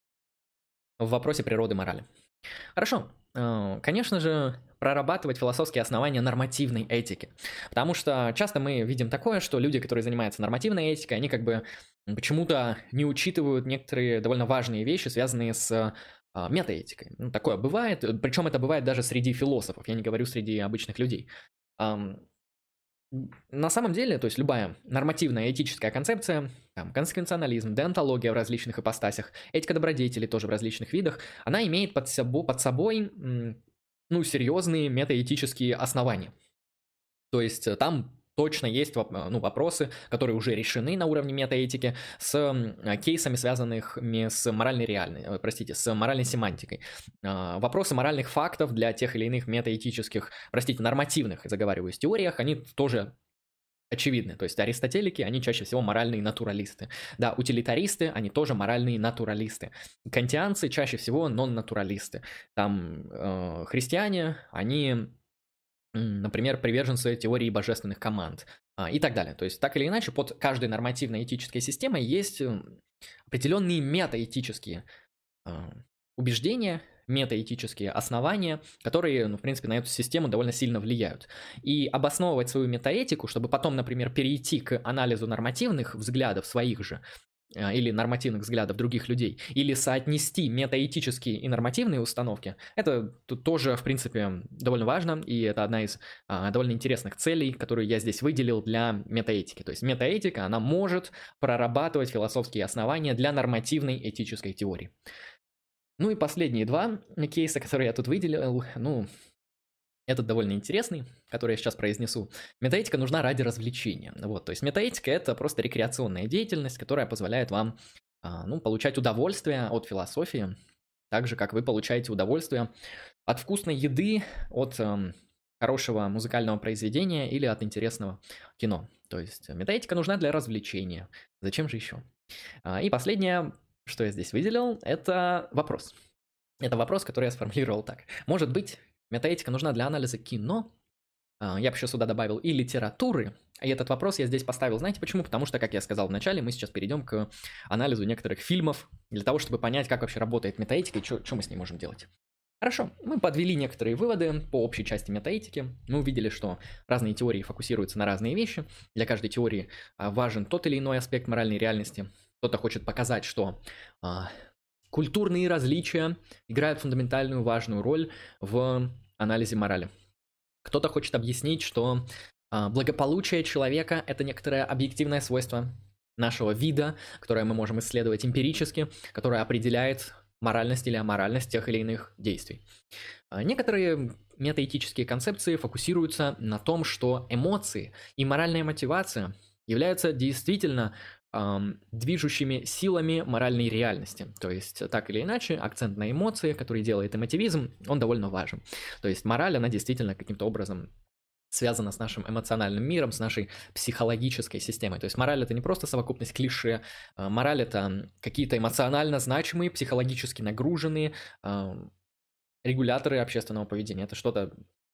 в вопросе природы морали. Хорошо, конечно же, прорабатывать философские основания нормативной этики. Потому что часто мы видим такое, что люди, которые занимаются нормативной этикой, они как бы почему-то не учитывают некоторые довольно важные вещи, связанные с метаэтикой. Ну, такое бывает, причем это бывает даже среди философов, я не говорю среди обычных людей. На самом деле, то есть любая нормативная этическая концепция, там, консеквенционализм, деонтология в различных ипостасях, этика добродетели тоже в различных видах, она имеет под, собой, под собой ну, серьезные метаэтические основания. То есть там точно есть ну, вопросы, которые уже решены на уровне метаэтики, с кейсами, связанными с моральной реальной, простите, с моральной семантикой. Вопросы моральных фактов для тех или иных метаэтических, простите, нормативных, заговариваюсь, теориях, они тоже очевидны. То есть аристотелики, они чаще всего моральные натуралисты. Да, утилитаристы, они тоже моральные натуралисты. Кантианцы чаще всего нон-натуралисты. Там э, христиане, они... например, приверженцы теории божественных команд а, и так далее. То есть, так или иначе, под каждой нормативной этической системой есть определенные метаэтические а, убеждения, метаэтические основания, которые, ну, в принципе, на эту систему довольно сильно влияют. И обосновывать свою метаэтику, чтобы потом, например, перейти к анализу нормативных взглядов своих же, или нормативных взглядов других людей, или соотнести метаэтические и нормативные установки, это тут тоже, в принципе, довольно важно, и это одна из а, довольно интересных целей, которую я здесь выделил для метаэтики. То есть метаэтика, она может прорабатывать философские основания для нормативной этической теории. Ну и последние два кейса, которые я тут выделил, ну... Этот довольно интересный, который я сейчас произнесу. Метаэтика нужна ради развлечения. Вот, то есть метаэтика – это просто рекреационная деятельность, которая позволяет вам ну, получать удовольствие от философии, так же, как вы получаете удовольствие от вкусной еды, от э, хорошего музыкального произведения или от интересного кино. То есть метаэтика нужна для развлечения. Зачем же еще? И последнее, что я здесь выделил, это вопрос. Это вопрос, который я сформулировал так. Может быть, метаэтика нужна для анализа кино, я бы еще сюда добавил, и литературы. И этот вопрос я здесь поставил, знаете почему? Потому что, как я сказал вначале, мы сейчас перейдем к анализу некоторых фильмов, для того, чтобы понять, как вообще работает метаэтика и что мы с ней можем делать. Хорошо, мы подвели некоторые выводы по общей части метаэтики. Мы увидели, что разные теории фокусируются на разные вещи. Для каждой теории важен тот или иной аспект моральной реальности. Кто-то хочет показать, что... культурные различия играют фундаментальную важную роль в анализе морали. Кто-то хочет объяснить, что а, благополучие человека – это некоторое объективное свойство нашего вида, которое мы можем исследовать эмпирически, которое определяет моральность или аморальность тех или иных действий. Некоторые метаэтические концепции фокусируются на том, что эмоции и моральная мотивация являются действительно эм, движущими силами моральной реальности. То есть, так или иначе, акцент на эмоции, который делает эмотивизм, он довольно важен. То есть мораль, она действительно каким-то образом связана с нашим эмоциональным миром, с нашей психологической системой. То есть мораль — это не просто совокупность клише, мораль — это какие-то эмоционально значимые, психологически нагруженные э, регуляторы общественного поведения. Это что-то,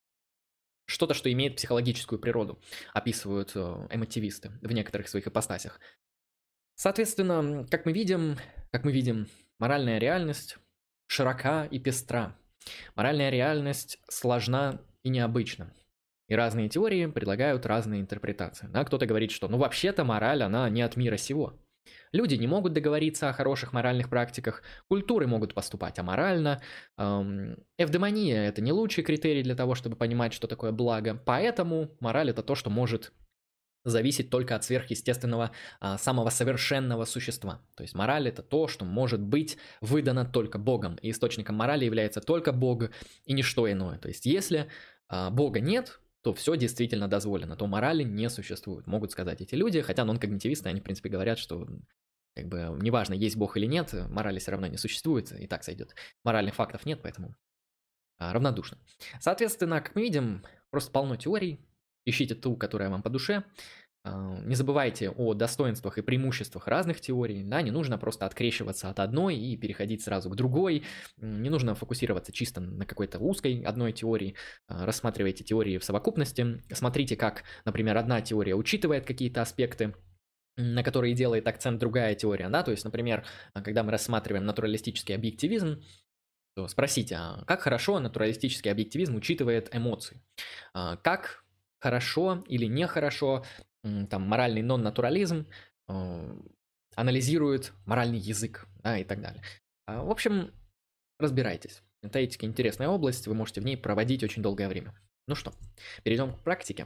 что-то, что имеет психологическую природу, описывают эмотивисты в некоторых своих ипостасях. Соответственно, как мы видим, как мы видим, моральная реальность широка и пестра. Моральная реальность сложна и необычна. И разные теории предлагают разные интерпретации. Да, кто-то говорит, что ну вообще-то мораль, она не от мира сего. Люди не могут договориться о хороших моральных практиках, культуры могут поступать аморально, эм, эвдемония — это не лучший критерий для того, чтобы понимать, что такое благо, поэтому мораль — это то, что может зависеть только от сверхъестественного, а, самого совершенного существа. То есть мораль — это то, что может быть выдано только Богом, и источником морали является только Бог и ничто иное. То есть если а, Бога нет, то все действительно дозволено, то морали не существует, могут сказать эти люди, хотя нон-когнитивисты, они в принципе говорят, что как бы неважно, есть Бог или нет, морали все равно не существует, и так сойдет. Моральных фактов нет, поэтому а, равнодушно. Соответственно, как мы видим, просто полно теорий, ищите ту, которая вам по душе. Не забывайте о достоинствах и преимуществах разных теорий, да, не нужно просто открещиваться от одной и переходить сразу к другой, не нужно фокусироваться чисто на какой-то узкой одной теории, рассматривайте теории в совокупности, смотрите, как, например, одна теория учитывает какие-то аспекты, на которые делает акцент другая теория, да, то есть, например, когда мы рассматриваем натуралистический объективизм, то спросите, а как хорошо натуралистический объективизм учитывает эмоции, как хорошо или нехорошо там моральный нон-натурализм э, анализирует моральный язык, да, и так далее. А, в общем, разбирайтесь. Метаэтика — интересная область, вы можете в ней проводить очень долгое время. Ну что, перейдем к практике.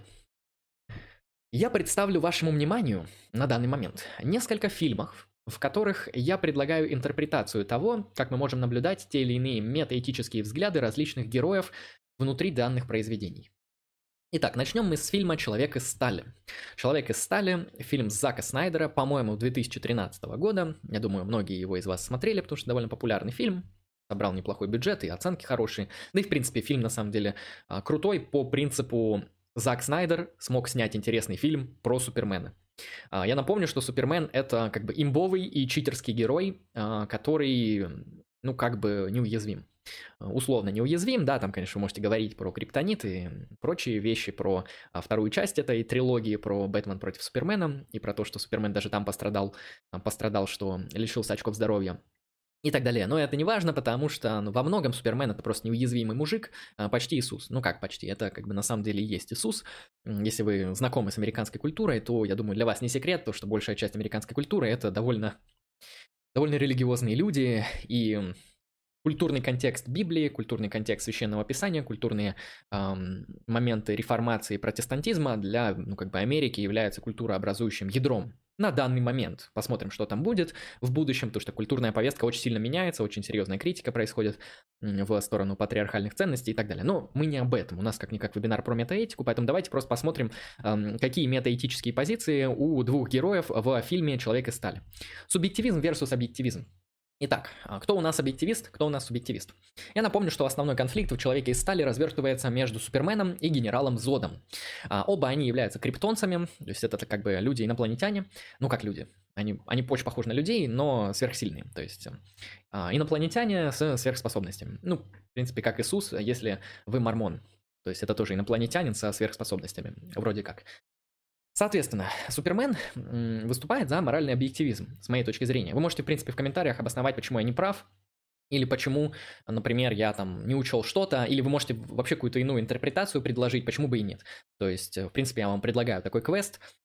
Я представлю вашему вниманию на данный момент несколько фильмов, в которых я предлагаю интерпретацию того, как мы можем наблюдать те или иные метаэтические взгляды различных героев внутри данных произведений. Итак, начнем мы с фильма «Человек из стали». «Человек из стали» — фильм Зака Снайдера, по-моему, две тысячи тринадцатого года. Я думаю, многие его из вас смотрели, потому что довольно популярный фильм. Собрал неплохой бюджет и оценки хорошие. Да и, в принципе, фильм, на самом деле, крутой по принципу Зак Снайдер смог снять интересный фильм про Супермена. Я напомню, что Супермен — это как бы имбовый и читерский герой, который, ну, как бы неуязвим. Условно неуязвим, да, там, конечно, вы можете говорить про криптонит и прочие вещи, про а, вторую часть этой трилогии, про Бэтмен против Супермена, и про то, что Супермен даже там пострадал, пострадал, что лишился очков здоровья, и так далее. Но это не важно, потому что ну, во многом Супермен — это просто неуязвимый мужик, почти Иисус. Ну как почти, это как бы на самом деле и есть Иисус. Если вы знакомы с американской культурой, то, я думаю, для вас не секрет, то, что большая часть американской культуры — это довольно, довольно религиозные люди, и культурный контекст Библии, культурный контекст Священного Писания, культурные эм, моменты реформации и протестантизма для, ну, как бы Америки являются культурообразующим ядром на данный момент. Посмотрим, что там будет в будущем, потому что культурная повестка очень сильно меняется, очень серьезная критика происходит в сторону патриархальных ценностей и так далее. Но мы не об этом, у нас как-никак вебинар про метаэтику, поэтому давайте просто посмотрим, эм, какие метаэтические позиции у двух героев в фильме «Человек из стали». Субъективизм versus объективизм. Итак, кто у нас объективист, кто у нас субъективист? Я напомню, что основной конфликт в «Человеке из стали» развертывается между Суперменом и генералом Зодом. Оба они являются криптонцами, то есть это как бы люди-инопланетяне, ну как люди, они, они очень похожи на людей, но сверхсильные, то есть инопланетяне с сверхспособностями. Ну, в принципе, как Иисус, если вы мормон, то есть это тоже инопланетянин со сверхспособностями, вроде как. Соответственно, Супермен выступает за моральный объективизм, с моей точки зрения. Вы можете, в принципе, в комментариях обосновать, почему я не прав, или почему, например, я там не учел что-то, или вы можете вообще какую-то иную интерпретацию предложить, почему бы и нет. То есть, в принципе, я вам предлагаю такой квест,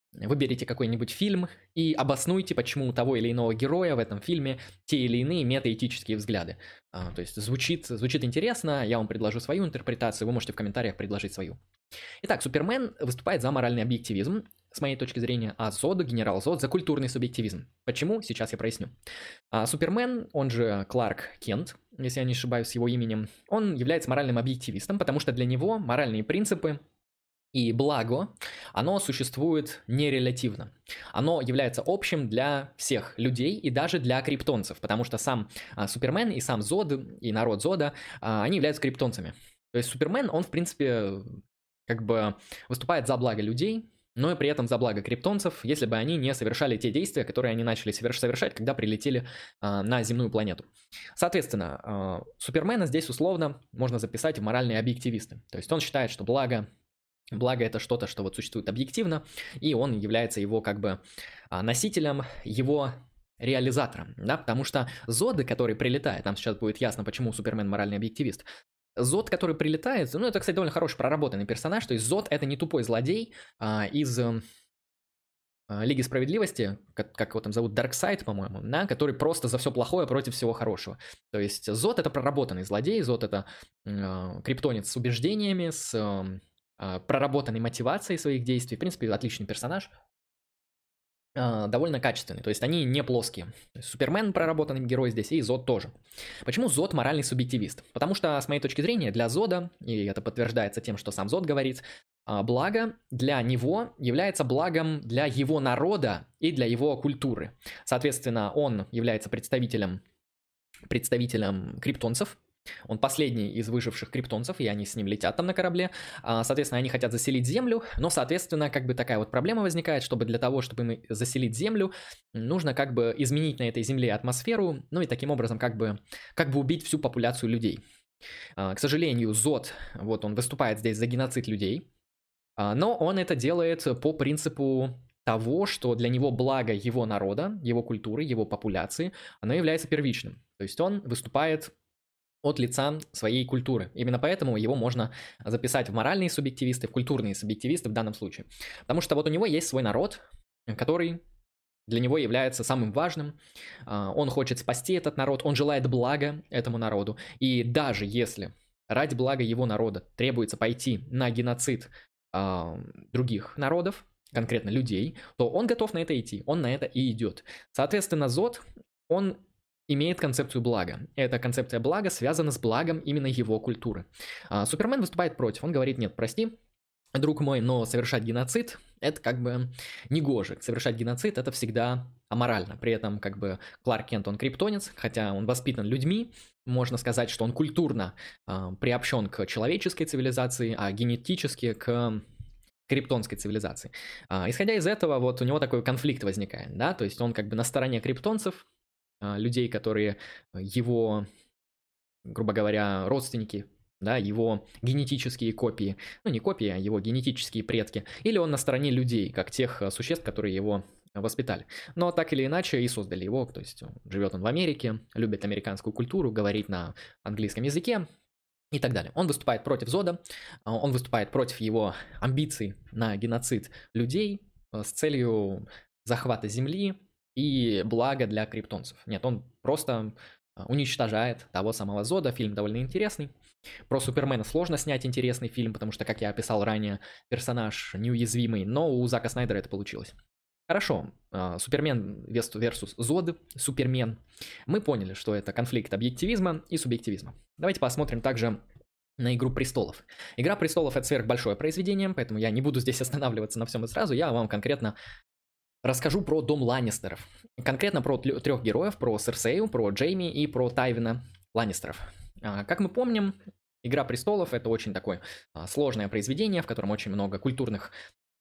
выберите какой-нибудь фильм и обоснуйте, почему у того или иного героя в этом фильме те или иные метаэтические взгляды. А, то есть звучит, звучит интересно, я вам предложу свою интерпретацию, вы можете в комментариях предложить свою. Итак, Супермен выступает за моральный объективизм, с моей точки зрения, а Зод, генерал Зод, за культурный субъективизм. Почему? Сейчас я проясню. А Супермен, он же Кларк Кент, если я не ошибаюсь с его именем, он является моральным объективистом, потому что для него моральные принципы и благо, оно существует нерелятивно. Оно является общим для всех людей и даже для криптонцев, потому что сам а, Супермен и сам Зод, и народ Зода, а, они являются криптонцами. То есть Супермен, он в принципе как бы выступает за благо людей, но и при этом за благо криптонцев, если бы они не совершали те действия, которые они начали совершать, когда прилетели а, на земную планету. Соответственно, а, Супермена здесь условно можно записать в моральные объективисты. То есть он считает, что благо... Благо это что-то, что вот существует объективно, и он является его как бы носителем, его реализатором, да, потому что Зод, который прилетает, нам сейчас будет ясно, почему Супермен моральный объективист, Зод, который прилетает, ну это, кстати, довольно хороший проработанный персонаж, то есть Зод это не тупой злодей а, из а, Лиги Справедливости, как, как его там зовут, Дарксайд, по-моему, да, который просто за все плохое против всего хорошего. То есть Зод это проработанный злодей, Зод это а, криптонец с убеждениями, с... А, проработанной мотивацией своих действий. В принципе, отличный персонаж. Довольно качественный. То есть они не плоские. То есть Супермен проработанный герой здесь, и Зод тоже. Почему Зод моральный субъективист? Потому что, с моей точки зрения, для Зода, и это подтверждается тем, что сам Зод говорит, благо для него является благом для его народа и для его культуры. Соответственно, он является представителем, представителем криптонцев. Он последний из выживших криптонцев, и они с ним летят там на корабле. Соответственно, они хотят заселить Землю, но, соответственно, как бы такая вот проблема возникает, чтобы для того, чтобы им заселить Землю, нужно как бы изменить на этой Земле атмосферу, ну и таким образом как бы, как бы убить всю популяцию людей. К сожалению, Зод, вот он выступает здесь за геноцид людей, но он это делает по принципу того, что для него благо его народа, его культуры, его популяции, оно является первичным. То есть он выступает от лица своей культуры. Именно поэтому его можно записать в моральные субъективисты, в культурные субъективисты в данном случае. Потому что вот у него есть свой народ, который для него является самым важным. Он хочет спасти этот народ, он желает блага этому народу. И даже если ради блага его народа требуется пойти на геноцид других народов, конкретно людей, то он готов на это идти, он на это и идет. Соответственно, Зод, он имеет концепцию блага. Эта концепция блага связана с благом именно его культуры. А, Супермен выступает против. Он говорит, нет, прости, друг мой, но совершать геноцид – это как бы негоже. Совершать геноцид – это всегда аморально. При этом как бы Кларк Кент, он криптонец, хотя он воспитан людьми. Можно сказать, что он культурно а, приобщен к человеческой цивилизации, а генетически к криптонской цивилизации. А, исходя из этого, вот у него такой конфликт возникает, да, то есть он как бы на стороне криптонцев, людей, которые его, грубо говоря, родственники, да, его генетические копии, ну не копии, а его генетические предки, или он на стороне людей, как тех существ, которые его воспитали. Но так или иначе и создали его, то есть живет он в Америке, любит американскую культуру, говорит на английском языке и так далее. Он выступает против Зода, он выступает против его амбиций на геноцид людей с целью захвата Земли и благо для криптонцев. Нет, он просто уничтожает того самого Зода. Фильм довольно интересный. Про Супермена сложно снять интересный фильм, потому что, как я описал ранее, персонаж неуязвимый, но у Зака Снайдера это получилось. Хорошо, Супермен versus Зод, Супермен. Мы поняли, что это конфликт объективизма и субъективизма. Давайте посмотрим также на «Игру престолов». «Игра престолов» — это сверхбольшое произведение, поэтому я не буду здесь останавливаться на всем и сразу. Я вам конкретно расскажу про дом Ланнистеров. Конкретно про трех героев, про Серсею, про Джейми и про Тайвина Ланнистеров. Как мы помним, «Игра престолов» — это очень такое сложное произведение, в котором очень много культурных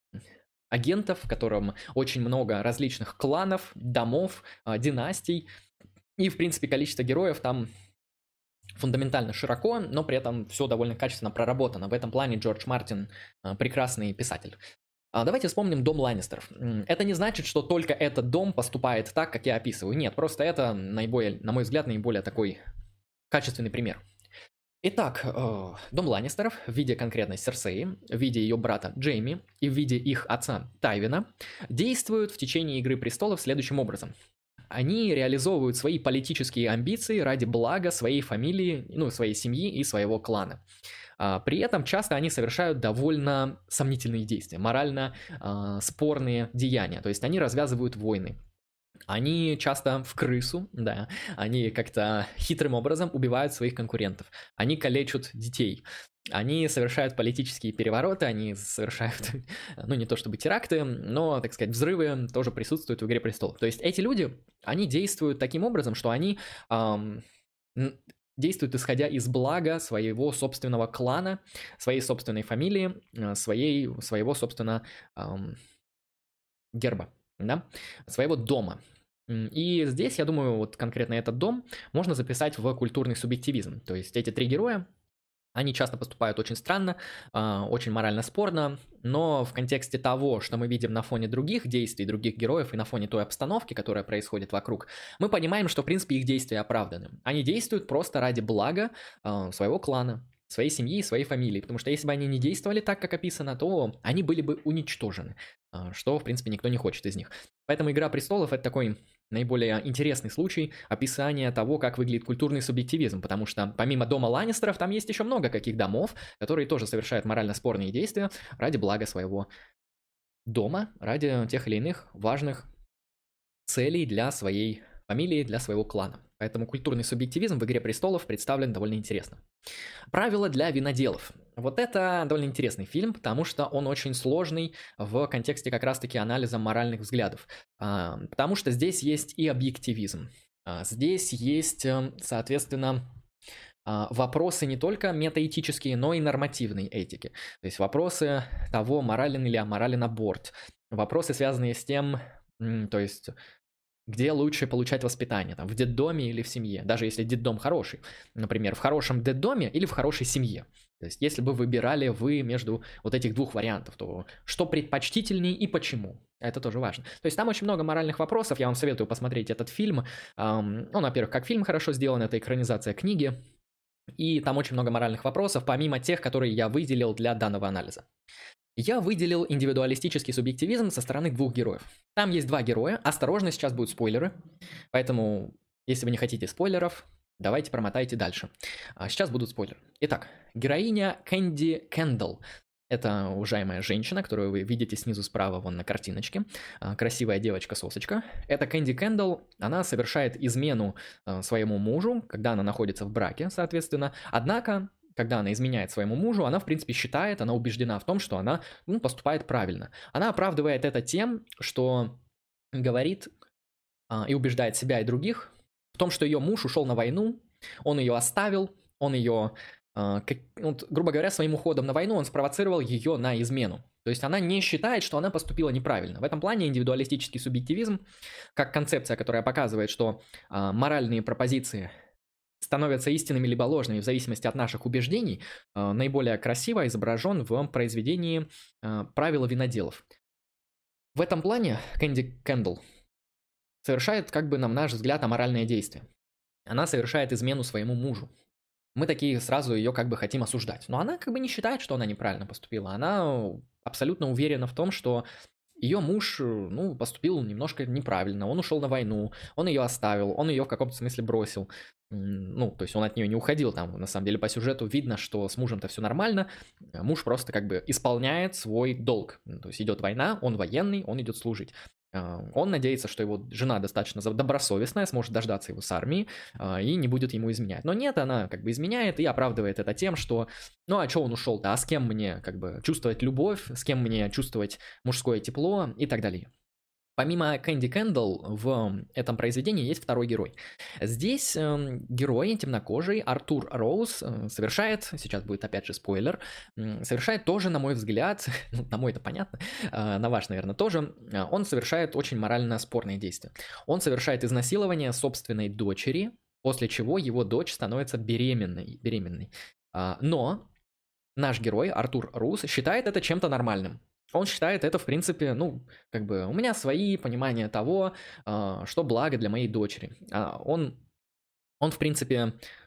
агентов, в котором очень много различных кланов, домов, династий. И, в принципе, количество героев там фундаментально широко, но при этом все довольно качественно проработано. В этом плане Джордж Мартин прекрасный писатель. Давайте вспомним дом Ланнистеров. Это не значит, что только этот дом поступает так, как я описываю. Нет, просто это, наиболее, на мой взгляд, наиболее такой качественный пример. Итак, э, дом Ланнистеров в виде конкретной Серсеи, в виде ее брата Джейми и в виде их отца Тайвина действуют в течение Игры Престолов следующим образом. Они реализовывают свои политические амбиции ради блага своей фамилии, ну, своей семьи и своего клана. А, При этом часто они совершают довольно сомнительные действия, морально а, спорные деяния, то есть они развязывают войны. Они часто в крысу, да, они как-то хитрым образом убивают своих конкурентов, они калечат детей, они совершают политические перевороты, они совершают, ну не то чтобы теракты, но, так сказать, взрывы тоже присутствуют в «Игре престолов». То есть эти люди, они действуют таким образом, что они ам, н- действуют исходя из блага своего собственного клана, своей собственной фамилии, э, своей, своего, собственно, ам, герба, да, своего дома. М, И здесь, я думаю, вот конкретно этот дом можно записать в культурный субъективизм. То есть эти три героя, они часто поступают очень странно, а, очень морально спорно, но в контексте того, что мы видим на фоне других действий, других героев и на фоне той обстановки, которая происходит вокруг, мы понимаем, что, в принципе, их действия оправданы. Они действуют просто ради блага а, своего клана, своей семьи и своей фамилии, потому что если бы они не действовали так, как описано, то они были бы уничтожены, а, что, в принципе, никто не хочет из них. Поэтому «Игра престолов» — это такой наиболее интересный случай описания того, как выглядит культурный субъективизм, потому что помимо дома Ланнистеров там есть еще много каких домов, которые тоже совершают морально спорные действия ради блага своего дома, ради тех или иных важных целей для своей фамилии, для своего клана. Поэтому культурный субъективизм в «Игре престолов» представлен довольно интересно. Правила для виноделов. Вот это довольно интересный фильм, потому что он очень сложный в контексте как раз-таки анализа моральных взглядов. А, Потому что здесь есть и объективизм. А, Здесь есть, эм, соответственно, а, вопросы не только метаэтические, но и нормативной этики. То есть вопросы того, морален или аморален аборт. Вопросы, связанные с тем, м, то есть где лучше получать воспитание, там, в детдоме или в семье, даже если детдом хороший. Например, в хорошем детдоме или в хорошей семье. То есть, если бы выбирали вы между вот этих двух вариантов, то что предпочтительней и почему? Это тоже важно. То есть, там очень много моральных вопросов, я вам советую посмотреть этот фильм. Ам, Он, во-первых, как фильм хорошо сделан, это экранизация книги, и там очень много моральных вопросов, помимо тех, которые я выделил для данного анализа. Я выделил индивидуалистический субъективизм со стороны двух героев. Там есть два героя. Осторожно, сейчас будут спойлеры. Поэтому, если вы не хотите спойлеров, давайте промотайте дальше. А сейчас будут спойлеры. Итак, героиня Кэнди Кэндалл. Это уважаемая женщина, которую вы видите снизу справа вон на картиночке. А, Красивая девочка-сосочка. Это Кэнди Кэндалл. Она совершает измену а, своему мужу, когда она находится в браке, соответственно. Однако когда она изменяет своему мужу, она, в принципе, считает, она убеждена в том, что она ну, поступает правильно. Она оправдывает это тем, что говорит а, и убеждает себя и других в том, что ее муж ушел на войну, он ее оставил, он ее, а, как, вот, грубо говоря, своим уходом на войну он спровоцировал ее на измену. То есть она не считает, что она поступила неправильно. В этом плане индивидуалистический субъективизм, как концепция, которая показывает, что а, моральные пропозиции становятся истинными либо ложными в зависимости от наших убеждений, э, наиболее красиво изображен в произведении э, «Правила виноделов». В этом плане Кэнди Кэндалл совершает, как бы, на наш взгляд, аморальное действие. Она совершает измену своему мужу. Мы такие сразу ее как бы хотим осуждать. Но она как бы не считает, что она неправильно поступила. Она абсолютно уверена в том, что ее муж, ну, поступил немножко неправильно. Он ушел на войну, он ее оставил, он ее в каком-то смысле бросил. М, Ну, то есть он от нее не уходил. Там, на самом деле, по сюжету видно, что с мужем-то все нормально. Муж просто как бы исполняет свой долг. Ну, То есть идет война, он военный, он идет служить. А, Он надеется, что его жена достаточно добросовестная, сможет дождаться его с армии а, и не будет ему изменять. Но нет, она как бы изменяет и оправдывает это тем, что ну а что он ушел-то, а с кем мне как бы чувствовать любовь, с кем мне чувствовать мужское тепло и так далее. Помимо Кэнди Кэндалл в этом произведении есть второй герой. Здесь эм, герой темнокожий Артур Роуз э, совершает, сейчас будет опять же спойлер, м, совершает тоже, на мой взгляд, ну, на мой это понятно, э, на ваш, наверное, тоже, э, он совершает очень морально спорные действия. Он совершает изнасилование собственной дочери, после чего его дочь становится беременной. беременной. А, но наш герой Артур Роуз считает это чем-то нормальным. Он считает это, в принципе, ну, как бы, у меня свои понимания того, а, что благо для моей дочери. А, Он, он, в принципе,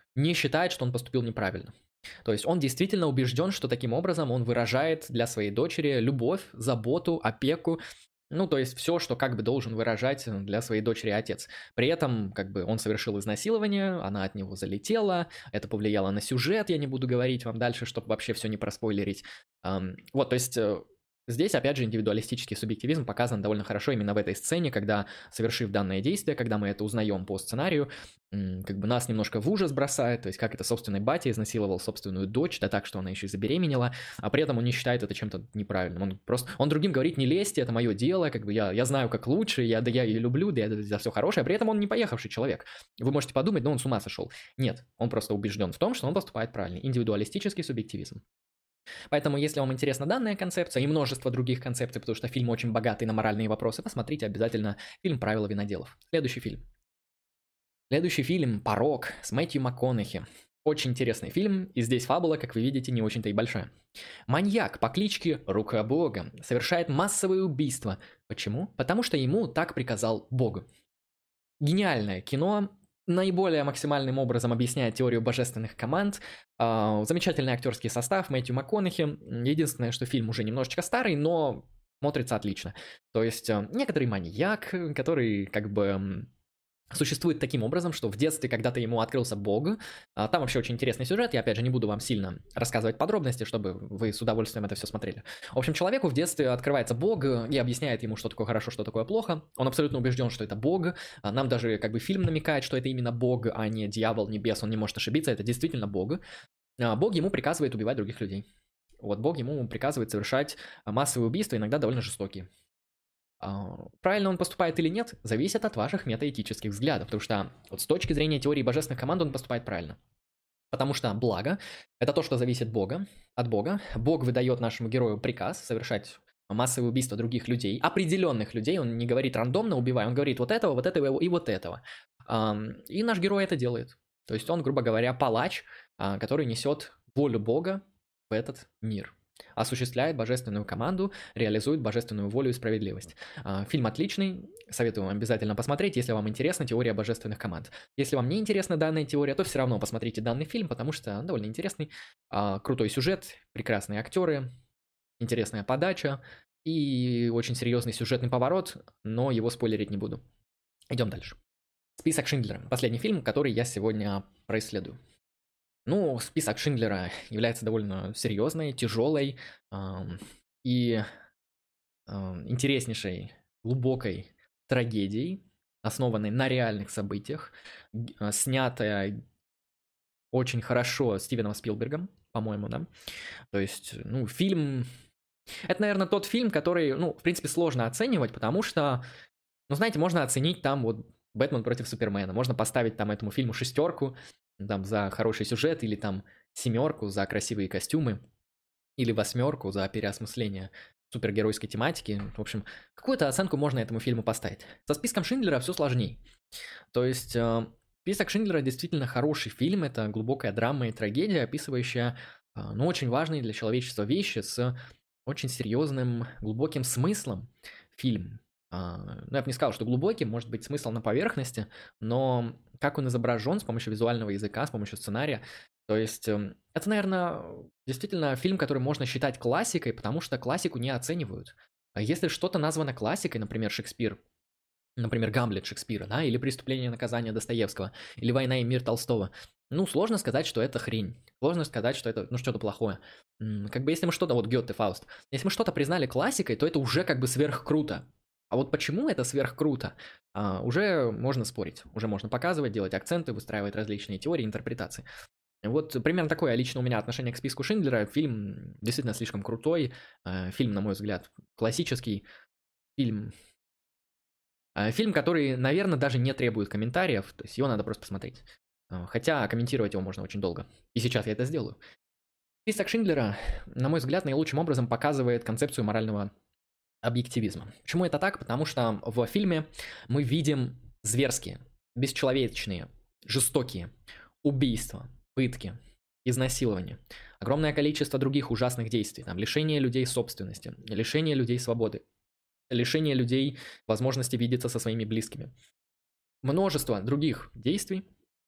не считает, что он поступил неправильно. То есть он действительно убежден, что таким образом он выражает для своей дочери любовь, заботу, опеку, ну, то есть все, что как бы должен выражать для своей дочери отец. При этом, как бы, он совершил изнасилование, она от него залетела, это повлияло на сюжет, я не буду говорить вам дальше, чтобы вообще все не проспойлерить. Ам, вот, то есть э, здесь, опять же, индивидуалистический субъективизм показан довольно хорошо именно в этой сцене, когда, совершив данное действие, когда мы это узнаем по сценарию, м, как бы нас немножко в ужас бросает, то есть как это собственный батя изнасиловал собственную дочь, да так, что она еще и забеременела, а при этом он не считает это чем-то неправильным. Он просто, он другим говорит: не лезьте, это мое дело, как бы я, я знаю, как лучше, я, да я ее люблю, да я за все хорошее, а при этом он не поехавший человек. Вы можете подумать, ну он с ума сошел. Нет, он просто убежден в том, что он поступает правильно. Индивидуалистический субъективизм. Поэтому, если вам интересна данная концепция и множество других концепций, потому что фильм очень богатый на моральные вопросы, посмотрите обязательно фильм «Правила виноделов». Следующий фильм. Следующий фильм «Порок» с Мэтью МакКонахи. Очень интересный фильм, и здесь фабула, как вы видите, не очень-то и большая. Маньяк по кличке Рука Бога совершает массовые убийства. Почему? Потому что ему так приказал Бог. Гениальное кино, наиболее максимальным образом объясняет теорию божественных команд. А, замечательный актерский состав, Мэтью МакКонахи. Единственное, что фильм уже немножечко старый, но смотрится отлично. То есть а, некоторый маньяк, который как бы м, существует таким образом, что в детстве когда-то ему открылся Бог. А, Там вообще очень интересный сюжет, я опять же не буду вам сильно рассказывать подробности, чтобы вы с удовольствием это все смотрели. В общем, человеку в детстве открывается Бог и объясняет ему, что такое хорошо, что такое плохо. Он абсолютно убежден, что это Бог. А, Нам даже как бы фильм намекает, что это именно Бог, а не дьявол, не бес, он не может ошибиться, это действительно Бог. А, Бог ему приказывает убивать других людей. Вот Бог ему приказывает совершать массовые убийства, иногда довольно жестокие. А, Правильно он поступает или нет, зависит от ваших метаэтических взглядов, потому что вот с точки зрения теории божественных команд он поступает правильно. Потому что благо – это то, что зависит Бога, от Бога. Бог выдает нашему герою приказ совершать массовые убийства других людей, определенных людей. Он не говорит рандомно убивай, он говорит вот этого, вот этого и вот этого. Ам, И наш герой это делает. То есть он, грубо говоря, палач, а, который несет волю Бога в этот мир. Осуществляет божественную команду, реализует божественную волю и справедливость. А, Фильм отличный, советую вам обязательно посмотреть, если вам интересна теория божественных команд. Если вам не интересна данная теория, то все равно посмотрите данный фильм, потому что он довольно интересный. А, Крутой сюжет, прекрасные актеры, интересная подача и очень серьезный сюжетный поворот, но его спойлерить не буду. Идем дальше. «Список Шиндлера». Последний фильм, который я сегодня происследую. Ну, список Шиндлера является довольно серьезной, тяжелой ам, и ам, интереснейшей, глубокой трагедией, основанной на реальных событиях, г- а, снятая очень хорошо Стивеном Спилбергом, по-моему, да. То есть, ну, фильм... Это, наверное, тот фильм, который, ну, в принципе, сложно оценивать, потому что, ну, знаете, можно оценить там вот «Бэтмен против Супермена», можно поставить там этому фильму шестерку, там, за хороший сюжет, или там семерку за красивые костюмы, или восьмерку за переосмысление супергеройской тематики. В общем, какую-то оценку можно этому фильму поставить. Со списком Шиндлера все сложнее. То есть, э, список Шиндлера действительно хороший фильм, это глубокая драма и трагедия, описывающая, э, ну, очень важные для человечества вещи с очень серьезным, глубоким смыслом. Фильм. А, ну, я бы не сказал, что глубокий, может быть, смысл на поверхности, но как он изображен с помощью визуального языка, с помощью сценария, то есть эм, это, наверное, действительно фильм, который можно считать классикой, потому что классику не оценивают. А если что-то названо классикой, например, Шекспир, например, Гамлет Шекспира, да, или «Преступление и наказание» Достоевского, или «Война и мир» Толстого, ну, сложно сказать, что это хрень. Сложно сказать, что это, ну, что-то плохое. М, Как бы если мы что-то, вот Гёте, Фауст, если мы что-то признали классикой, то это уже как бы сверхкруто. А вот почему это сверхкруто, а, уже можно спорить. Уже можно показывать, делать акценты, выстраивать различные теории, интерпретации. Вот примерно такое лично у меня отношение к списку Шиндлера. Фильм действительно слишком крутой. э, Фильм, на мой взгляд, классический. Фильм, э, фильм, который, наверное, даже не требует комментариев. То есть его надо просто посмотреть. Э, Хотя комментировать его можно очень долго. И сейчас я это сделаю. Список Шиндлера, на мой взгляд, наилучшим образом показывает концепцию морального объективизма. Почему это так? Потому что в фильме мы видим зверские, бесчеловечные, жестокие убийства, пытки, изнасилования, огромное количество других ужасных действий, там, лишение людей собственности, лишение людей свободы, лишение людей возможности видеться со своими близкими. Множество других действий,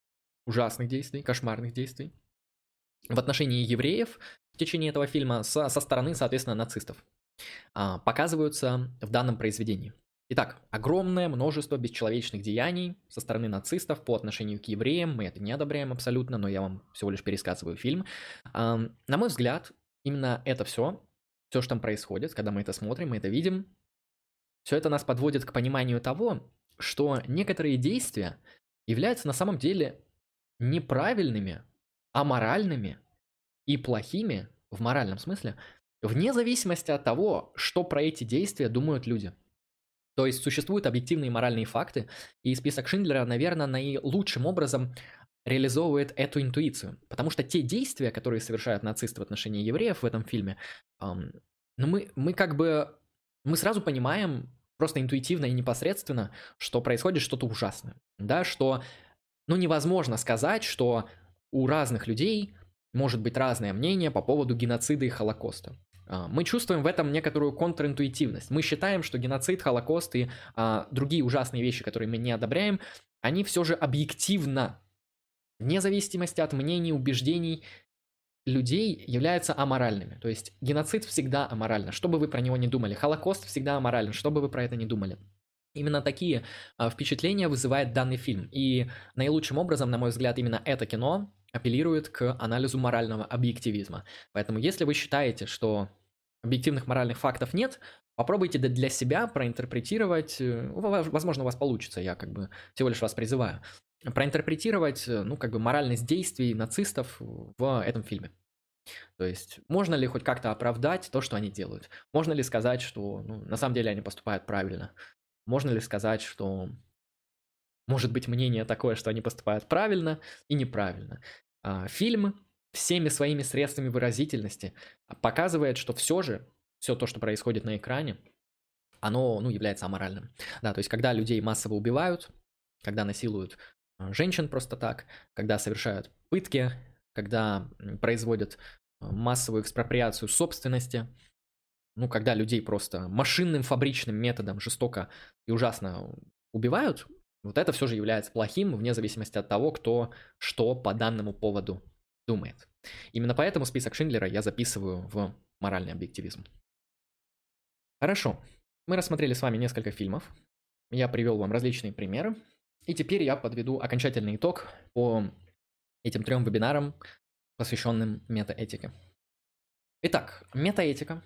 ужасных действий, кошмарных действий в отношении евреев в течение этого фильма со, со стороны, соответственно, нацистов а, показываются в данном произведении. Итак, огромное множество бесчеловечных деяний со стороны нацистов по отношению к евреям. Мы это не одобряем абсолютно, но я вам всего лишь пересказываю фильм. А, на мой взгляд, именно это все, все, что там происходит, когда мы это смотрим, мы это видим, все это нас подводит к пониманию того, что некоторые действия являются на самом деле неправильными, аморальными и плохими в моральном смысле, вне зависимости от того, что про эти действия думают люди. То есть существуют объективные моральные факты, и список Шиндлера, наверное, наилучшим образом реализовывает эту интуицию. Потому что те действия, которые совершают нацисты в отношении евреев в этом фильме, эм, ну мы, мы как бы, мы сразу понимаем просто интуитивно и непосредственно, что происходит что-то ужасное. Да, что, ну, невозможно сказать, что у разных людей может быть разное мнение по поводу геноцида и Холокоста. Мы чувствуем в этом некоторую контринтуитивность. Мы считаем, что геноцид, Холокост и а, другие ужасные вещи, которые мы не одобряем, они все же объективно, вне зависимости от мнений, убеждений людей, являются аморальными. То есть геноцид всегда аморально, что бы вы про него не думали. Холокост всегда аморален, что бы вы про это не думали. Именно такие а, впечатления вызывает данный фильм. И наилучшим образом, на мой взгляд, именно это кино апеллирует к анализу морального объективизма. Поэтому если вы считаете, что объективных моральных фактов нет, попробуйте для себя проинтерпретировать, возможно, у вас получится, я как бы всего лишь вас призываю, проинтерпретировать, ну, как бы моральность действий нацистов в этом фильме. То есть, можно ли хоть как-то оправдать то, что они делают? Можно ли сказать, что, ну, на самом деле они поступают правильно? Можно ли сказать, что может быть мнение такое, что они поступают правильно и неправильно? А, фильм всеми своими средствами выразительности показывает, что все же, все то, что происходит на экране, оно, ну, является аморальным. Да, то есть, когда людей массово убивают, когда насилуют женщин просто так, когда совершают пытки, когда производят массовую экспроприацию собственности, ну, когда людей просто машинным фабричным методом жестоко и ужасно убивают, вот это все же является плохим, вне зависимости от того, кто что по данному поводу думает. Именно поэтому список Шиндлера я записываю в моральный объективизм. Хорошо, мы рассмотрели с вами несколько фильмов, я привел вам различные примеры, и теперь я подведу окончательный итог по этим трем вебинарам, посвященным метаэтике. Итак, метаэтика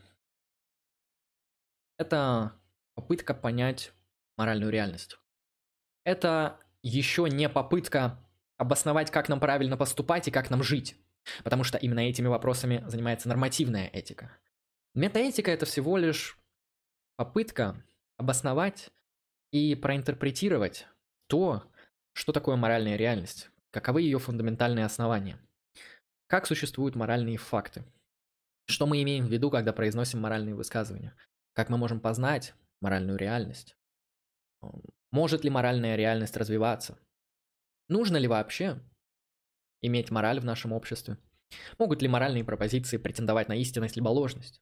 – это попытка понять моральную реальность. Это еще не попытка обосновать, как нам правильно поступать и как нам жить, потому что именно этими вопросами занимается нормативная этика. Метаэтика – это всего лишь попытка обосновать и проинтерпретировать то, что такое моральная реальность, каковы ее фундаментальные основания, как существуют моральные факты, что мы имеем в виду, когда произносим моральные высказывания, как мы можем познать моральную реальность, может ли моральная реальность развиваться, нужно ли вообще иметь мораль в нашем обществе, могут ли моральные пропозиции претендовать на истинность либо ложность,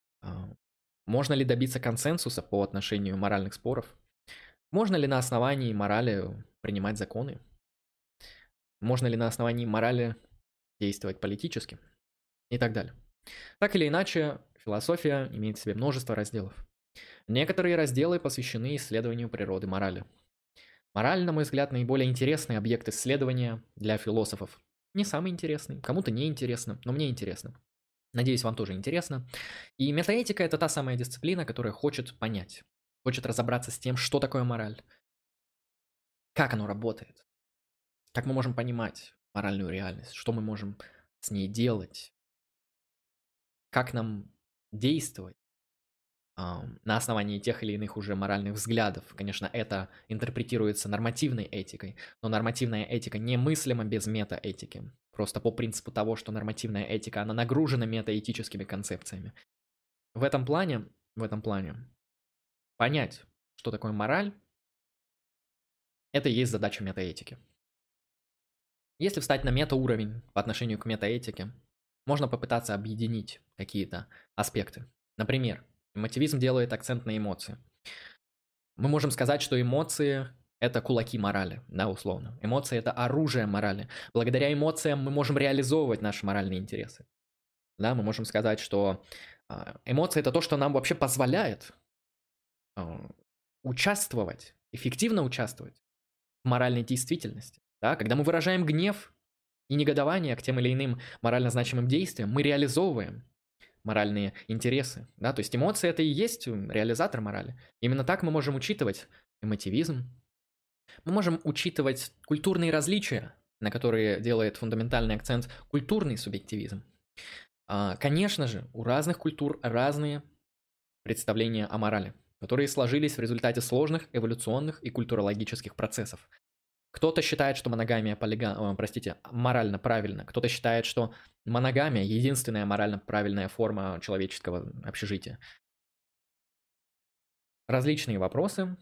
можно ли добиться консенсуса по отношению моральных споров, можно ли на основании морали принимать законы, можно ли на основании морали действовать политически и так далее. Так или иначе, философия имеет в себе множество разделов. Некоторые разделы посвящены исследованию природы морали. Мораль, на мой взгляд, наиболее интересный объект исследования для философов. Не самый интересный, кому-то не интересно, но мне интересно. Надеюсь, вам тоже интересно. И метаэтика – это та самая дисциплина, которая хочет понять, хочет разобраться с тем, что такое мораль, как оно работает, как мы можем понимать моральную реальность, что мы можем с ней делать, как нам действовать на основании тех или иных уже моральных взглядов. Конечно, это интерпретируется нормативной этикой, но нормативная этика немыслима без метаэтики. Просто по принципу того, что нормативная этика, она нагружена метаэтическими концепциями. В этом плане, в этом плане понять, что такое мораль, это и есть задача метаэтики. Если встать на метауровень по отношению к метаэтике, можно попытаться объединить какие-то аспекты. Например, эмотивизм делает акцент на эмоции. Мы можем сказать, что эмоции это кулаки морали, да, условно. Эмоции – это оружие морали. Благодаря эмоциям мы можем реализовывать наши моральные интересы. Да, мы можем сказать, что а, эмоции – это то, что нам вообще позволяет а, участвовать, эффективно участвовать в моральной действительности. Да? Когда мы выражаем гнев и негодование к тем или иным морально значимым действиям, мы реализовываем моральные интересы. Да? То есть эмоции – это и есть реализатор морали. Именно так мы можем учитывать эмотивизм. Мы можем учитывать культурные различия, на которые делает фундаментальный акцент культурный субъективизм. А, конечно же, у разных культур разные представления о морали, которые сложились в результате сложных эволюционных и культурологических процессов. Кто-то считает, что моногамия полига... простите, морально правильно, кто-то считает, что моногамия – единственная морально правильная форма человеческого общежития. Различные вопросы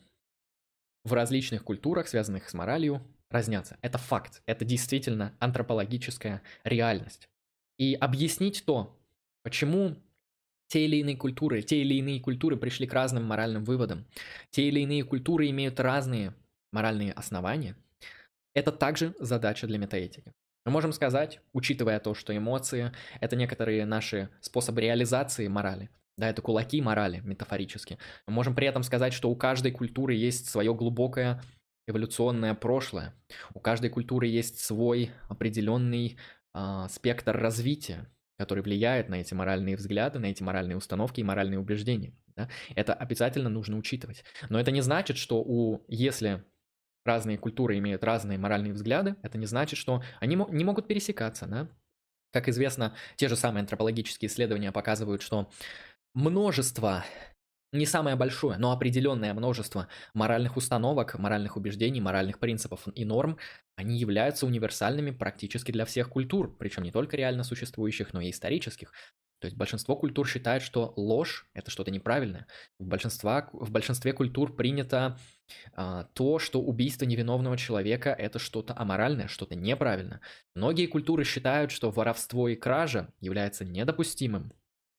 в различных культурах, связанных с моралью, разнятся. Это факт, это действительно антропологическая реальность. И объяснить то, почему те или иные культуры, те или иные культуры пришли к разным моральным выводам, те или иные культуры имеют разные моральные основания, это также задача для метаэтики. Мы можем сказать, учитывая то, что эмоции – это некоторые наши способы реализации морали, да, это кулаки морали, метафорически. Мы можем при этом сказать, что у каждой культуры есть свое глубокое эволюционное прошлое, у каждой культуры есть свой определенный э, спектр развития, который влияет на эти моральные взгляды, на эти моральные установки и моральные убеждения. Да? Это обязательно нужно учитывать. Но это не значит, что у, если разные культуры имеют разные моральные взгляды, это не значит, что они мо- не могут пересекаться. Да? Как известно, те же самые антропологические исследования показывают, что множество, не самое большое, но определенное множество моральных установок, моральных убеждений, моральных принципов и норм, они являются универсальными практически для всех культур, причем не только реально существующих, но и исторических. То есть большинство культур считает, что ложь – это что-то неправильное. В, большинства, в большинстве культур принято а, то, что убийство невиновного человека – это что-то аморальное, что-то неправильное. Многие культуры считают, что воровство и кража является недопустимым.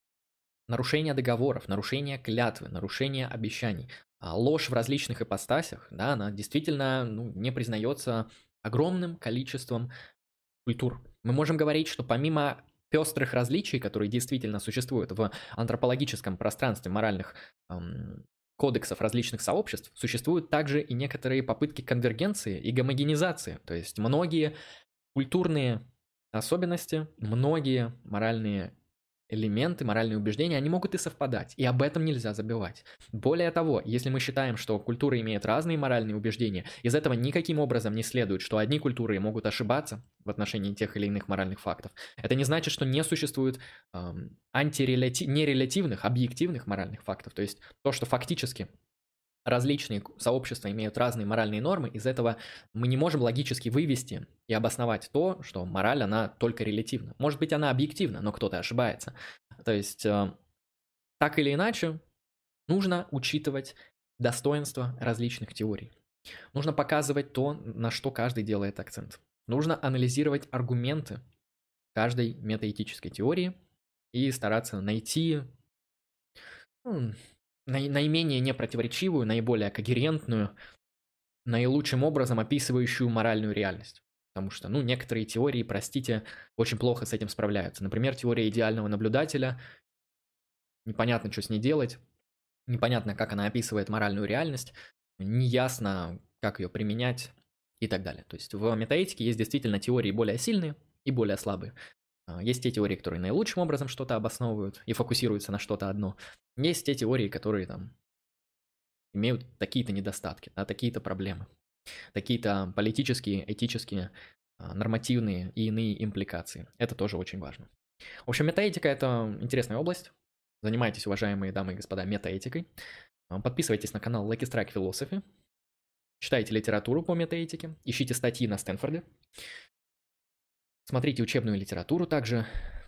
Нарушение договоров, нарушение клятвы, нарушение обещаний. А ложь в различных ипостасях, да, она действительно ну, не признается огромным количеством культур. Мы можем говорить, что помимо пестрых различий, которые действительно существуют в антропологическом пространстве моральных эм, кодексов различных сообществ, существуют также и некоторые попытки конвергенции и гомогенизации. То есть многие культурные особенности, многие моральные элементы, моральные убеждения, они могут и совпадать, и об этом нельзя забывать. Более того, если мы считаем, что культуры имеют разные моральные убеждения, из этого никаким образом не следует, что одни культуры могут ошибаться в отношении тех или иных моральных фактов. Это не значит, что не существует эм, антирелятив... нерелятивных, объективных моральных фактов, то есть то, что фактически различные сообщества имеют разные моральные нормы, из этого мы не можем логически вывести и обосновать то, что мораль, она только релятивна. Может быть, она объективна, но кто-то ошибается. То есть, э, так или иначе, нужно учитывать достоинства различных теорий. Нужно показывать то, на что каждый делает акцент. Нужно анализировать аргументы каждой метаэтической теории и стараться найти ну, наименее непротиворечивую, наиболее когерентную, наилучшим образом описывающую моральную реальность. Потому что, ну, некоторые теории, простите, очень плохо с этим справляются. Например, теория идеального наблюдателя. Непонятно, что с ней делать. Непонятно, как она описывает моральную реальность. Неясно, как ее применять и так далее. То есть в метаэтике есть действительно теории более сильные и более слабые. Есть те теории, которые наилучшим образом что-то обосновывают и фокусируются на что-то одно. Есть те теории, которые там имеют такие-то недостатки, да, такие-то проблемы, такие-то политические, этические, нормативные и иные импликации. Это тоже очень важно. В общем, метаэтика – это интересная область. Занимайтесь, уважаемые дамы и господа, метаэтикой. Подписывайтесь на канал Lucky Strike Philosophy. Читайте литературу по метаэтике. Ищите статьи на Стэнфорде. Смотрите учебную литературу также.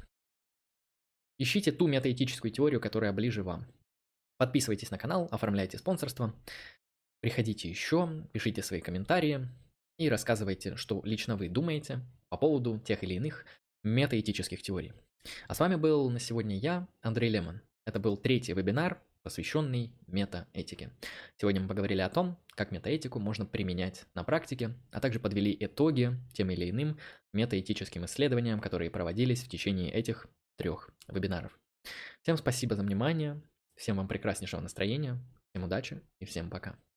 Ищите ту метаэтическую теорию, которая ближе вам. Подписывайтесь на канал, оформляйте спонсорство. Приходите еще, пишите свои комментарии и рассказывайте, что лично вы думаете по поводу тех или иных метаэтических теорий. А с вами был на сегодня я, Андрей Лемон. Это был третий вебинар посвященный метаэтике. Сегодня мы поговорили о том, как метаэтику можно применять на практике, а также подвели итоги тем или иным метаэтическим исследованиям, которые проводились в течение этих трех вебинаров. Всем спасибо за внимание, всем вам прекраснейшего настроения, всем удачи и всем пока.